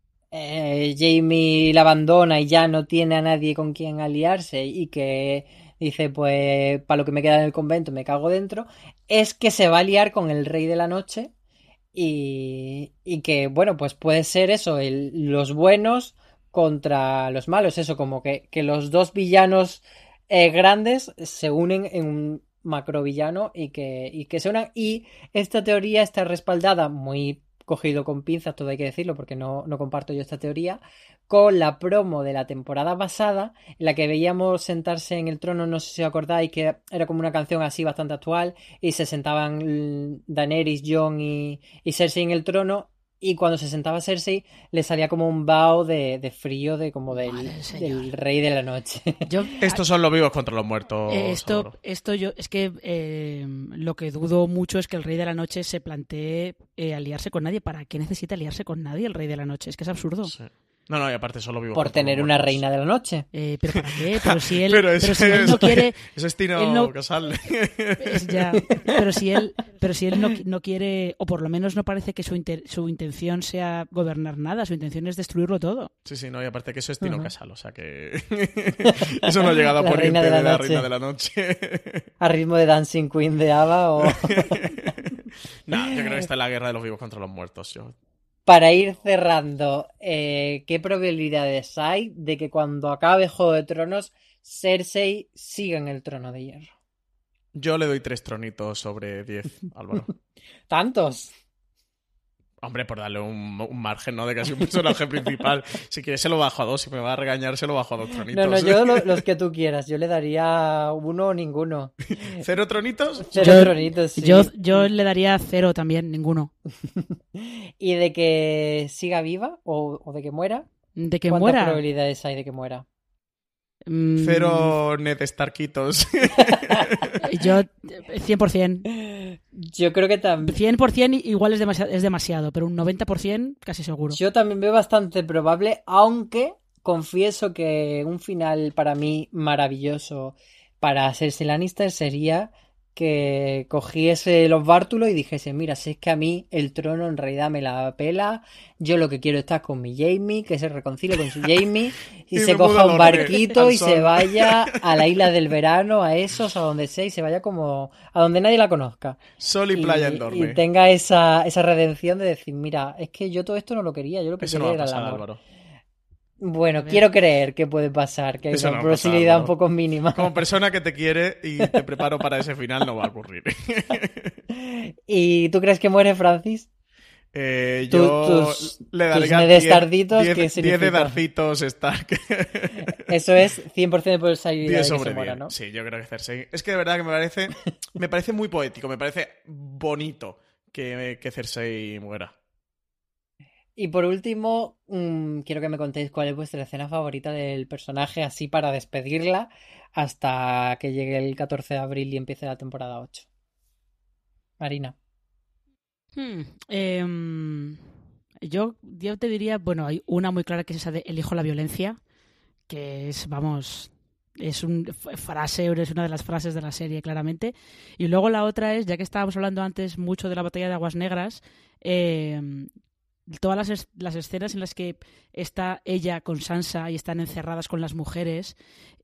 Eh, Jaime la abandona y ya no tiene a nadie con quien aliarse y que dice, pues, para lo que me queda en el convento me cago dentro, es que se va a liar con el Rey de la Noche y, y que, bueno, pues puede ser eso, el, los buenos contra los malos, eso, como que, que los dos villanos eh, grandes se unen en un macrovillano y que, y que se unan, y esta teoría está respaldada muy cogido con pinzas, todo hay que decirlo porque no, no comparto yo esta teoría, con la promo de la temporada pasada en la que veíamos sentarse en el trono, no sé si os acordáis, que era como una canción así bastante actual y se sentaban Daenerys, Jon y, y Cersei en el trono, y cuando se sentaba Cersei le salía como un vaho de, de frío de como del, del Rey de la Noche. Yo, Estos son los vivos contra los muertos. Eh, esto, esto yo es que eh, lo que dudo mucho es que el Rey de la Noche se plantee eh, aliarse con nadie. ¿Para qué necesita aliarse con nadie el Rey de la Noche? Es que es absurdo. Sí. No, no, y aparte solo vivo por tener una muertos. Reina de la Noche. Eh, ¿Pero para qué? Pero si él, pero, pero si él no quiere... Eso es Tino él no, Casal. Es ya, pero si él, pero si él no, no quiere, o por lo menos no parece que su, inter, su intención sea gobernar nada, su intención es destruirlo todo. Sí, sí, no, y aparte que eso es Tino uh-huh. Casal, o sea que... eso no ha llegado a la poniente de la, de la Reina de la Noche. A ritmo de Dancing Queen de ABBA o... No, yo creo que está en la guerra de los vivos contra los muertos, yo... Para ir cerrando, eh, ¿qué probabilidades hay de que cuando acabe Juego de Tronos Cersei siga en el trono de hierro? Yo le doy tres tronitos sobre diez, Álvaro. ¿Tantos? Hombre, por darle un, un margen, ¿no? De casi un personaje principal. Si quieres se lo bajo a dos, si me va a regañar se lo bajo a dos tronitos. No, no, yo lo, los que tú quieras. Yo le daría uno o ninguno. ¿Cero tronitos? Cero yo, tronitos, sí. Yo, yo le daría cero también, ninguno. ¿Y de que siga viva o, o de que muera? ¿De que ¿Cuántas muera? probabilidades hay de que muera? Cero Ned Starkitos. Yo, cien por ciento. Yo creo que también. cien por ciento igual es demasiado, es demasiado, pero un noventa por ciento casi seguro. Yo también veo bastante probable, aunque confieso que un final para mí maravilloso para Cersei Lannister sería que cogiese los bártulos y dijese, mira, si es que a mí el trono en realidad me la pela, yo lo que quiero es estar con mi Jaime, que se reconcilie con su Jaime y, y se coja un barquito y se vaya a la isla del verano, a esos, a donde sea, y se vaya como a donde nadie la conozca. Sol y, y playa en Dorme. Y tenga esa, esa redención de decir, mira, es que yo todo esto no lo quería, yo lo que Eso quería no va a era pasar, el amor. Álvaro. Bueno, quiero creer que puede pasar, que hay Eso una no posibilidad pasar, un poco mínima. Como persona que te quiere y te preparo para ese final, no va a ocurrir. ¿Y tú crees que muere Francis? Eh, Tú- yo tus- le tus daría medestarditos, ¿qué diez significa? de darcitos Stark. Eso es cien por ciento de posibilidad de diez que sobre se muera, diez. ¿no? Sí, yo creo que Cersei. Es que de verdad que me parece, me parece muy poético, me parece bonito que, que Cersei muera. Y por último, mmm, quiero que me contéis cuál es vuestra escena favorita del personaje, así para despedirla hasta que llegue el catorce de abril y empiece la temporada ocho. Marina. Hmm, em, yo, yo te diría, bueno, hay una muy clara que es esa de elijo la violencia, que es, vamos, es un f- frase, es una de las frases de la serie, claramente. Y luego la otra es, ya que estábamos hablando antes mucho de la batalla de Aguas Negras, em, todas las, es- las escenas en las que está ella con Sansa y están encerradas con las mujeres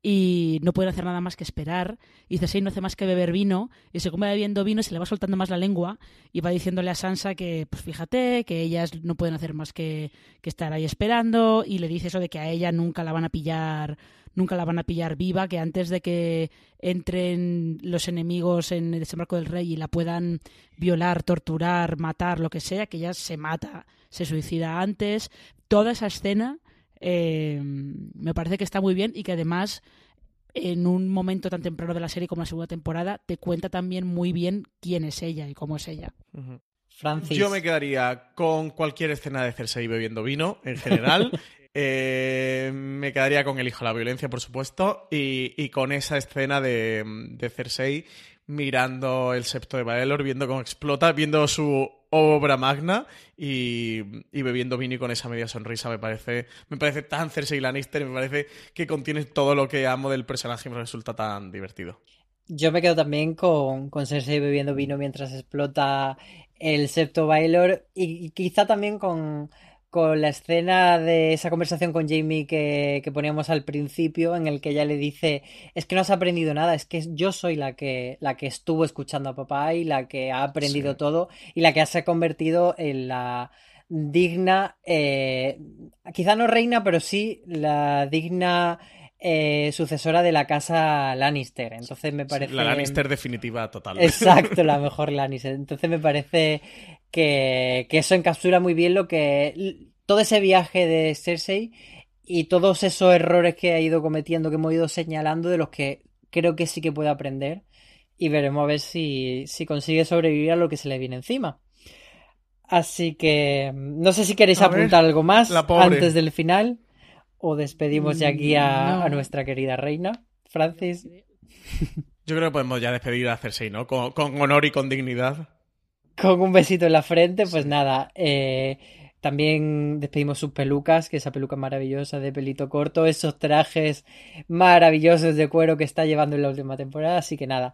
y no pueden hacer nada más que esperar, y Cersei no hace más que beber vino, y según va bebiendo vino se le va soltando más la lengua y va diciéndole a Sansa que, pues fíjate, que ellas no pueden hacer más que, que estar ahí esperando, y le dice eso de que a ella nunca la van a pillar nunca la van a pillar viva, que antes de que entren los enemigos en el desembarco del rey y la puedan violar, torturar, matar, lo que sea, que ella se mata, se suicida antes. Toda esa escena eh, me parece que está muy bien, y que además en un momento tan temprano de la serie como la segunda temporada te cuenta también muy bien quién es ella y cómo es ella. Ujú. Francis. Yo me quedaría con cualquier escena de Cersei bebiendo vino, en general. Eh, me quedaría con el hijo de la violencia, por supuesto, y, y con esa escena de, de Cersei mirando el septo de Baelor, viendo cómo explota, viendo su obra magna y, y bebiendo vino y con esa media sonrisa. Me parece, me parece tan Cersei Lannister, me parece que contiene todo lo que amo del personaje y me resulta tan divertido. Yo me quedo también con, con Cersei bebiendo vino mientras explota el septo Baelor, y, y quizá también con, con la escena de esa conversación con Jaime que, que poníamos al principio, en el que ella le dice, es que no has aprendido nada, es que yo soy la que, la que estuvo escuchando a papá y la que ha aprendido Sí. todo y la que se ha convertido en la digna, eh, quizá no reina, pero sí la digna eh, sucesora de la casa Lannister. Entonces me parece... Sí, la Lannister definitiva total. Exacto, la mejor Lannister. Entonces me parece que, que eso encapsula muy bien lo que... todo ese viaje de Cersei y todos esos errores que ha ido cometiendo, que hemos ido señalando, de los que creo que sí que puede aprender, y veremos a ver si, si consigue sobrevivir a lo que se le viene encima. Así que no sé si queréis A ver, apuntar algo más la pobre. antes del final, o despedimos de aquí a, No. a nuestra querida reina. Francis. Yo creo que podemos ya despedir a Cersei, ¿no? Con, con honor y con dignidad. Con un besito en la frente, pues nada, eh, también despedimos sus pelucas, que esa peluca maravillosa de pelito corto, esos trajes maravillosos de cuero que está llevando en la última temporada, así que nada,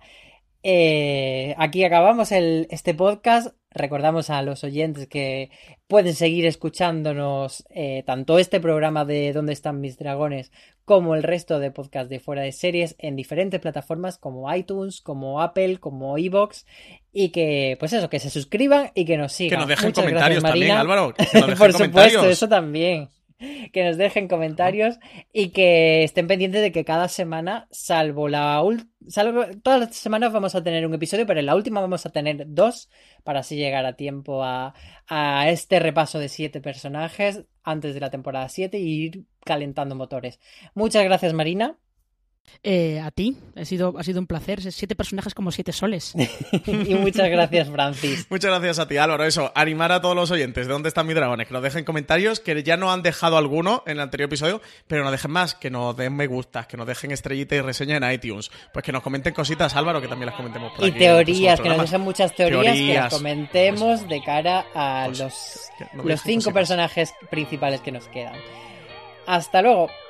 eh, aquí acabamos el, este podcast. Recordamos a los oyentes que pueden seguir escuchándonos eh, tanto este programa de ¿Dónde están mis dragones? Como el resto de podcasts de Fuera de Series en diferentes plataformas como iTunes, como Apple, como iVoox, y que, pues eso, que se suscriban y que nos sigan. Que nos dejen Muchas comentarios gracias, también, Marina. Álvaro. Que nos dejen Por comentarios. supuesto, eso también. Que nos dejen comentarios y que estén pendientes de que cada semana, salvo la ul- salvo todas las semanas vamos a tener un episodio, pero en la última vamos a tener dos, para así llegar a tiempo a, a este repaso de siete personajes antes de la temporada siete y ir calentando motores. Muchas gracias, Marina. Eh, a ti, ha sido, ha sido un placer. Siete personajes como siete soles. Y muchas gracias, Francis. Muchas gracias a ti, Álvaro. Eso, animar a todos los oyentes de ¿Dónde están mis dragones? Que nos dejen comentarios, que ya no han dejado alguno en el anterior episodio, pero nos dejen más, que nos den me gustas, que nos dejen estrellita y reseña en iTunes. Pues que nos comenten cositas, Álvaro, que también las comentemos por Y aquí en los próximos teorías, que nos programas. dejen muchas teorías, que las Teorías. comentemos de cara a Pues, los, que no los veis cinco cositas. personajes principales que nos quedan. Hasta luego.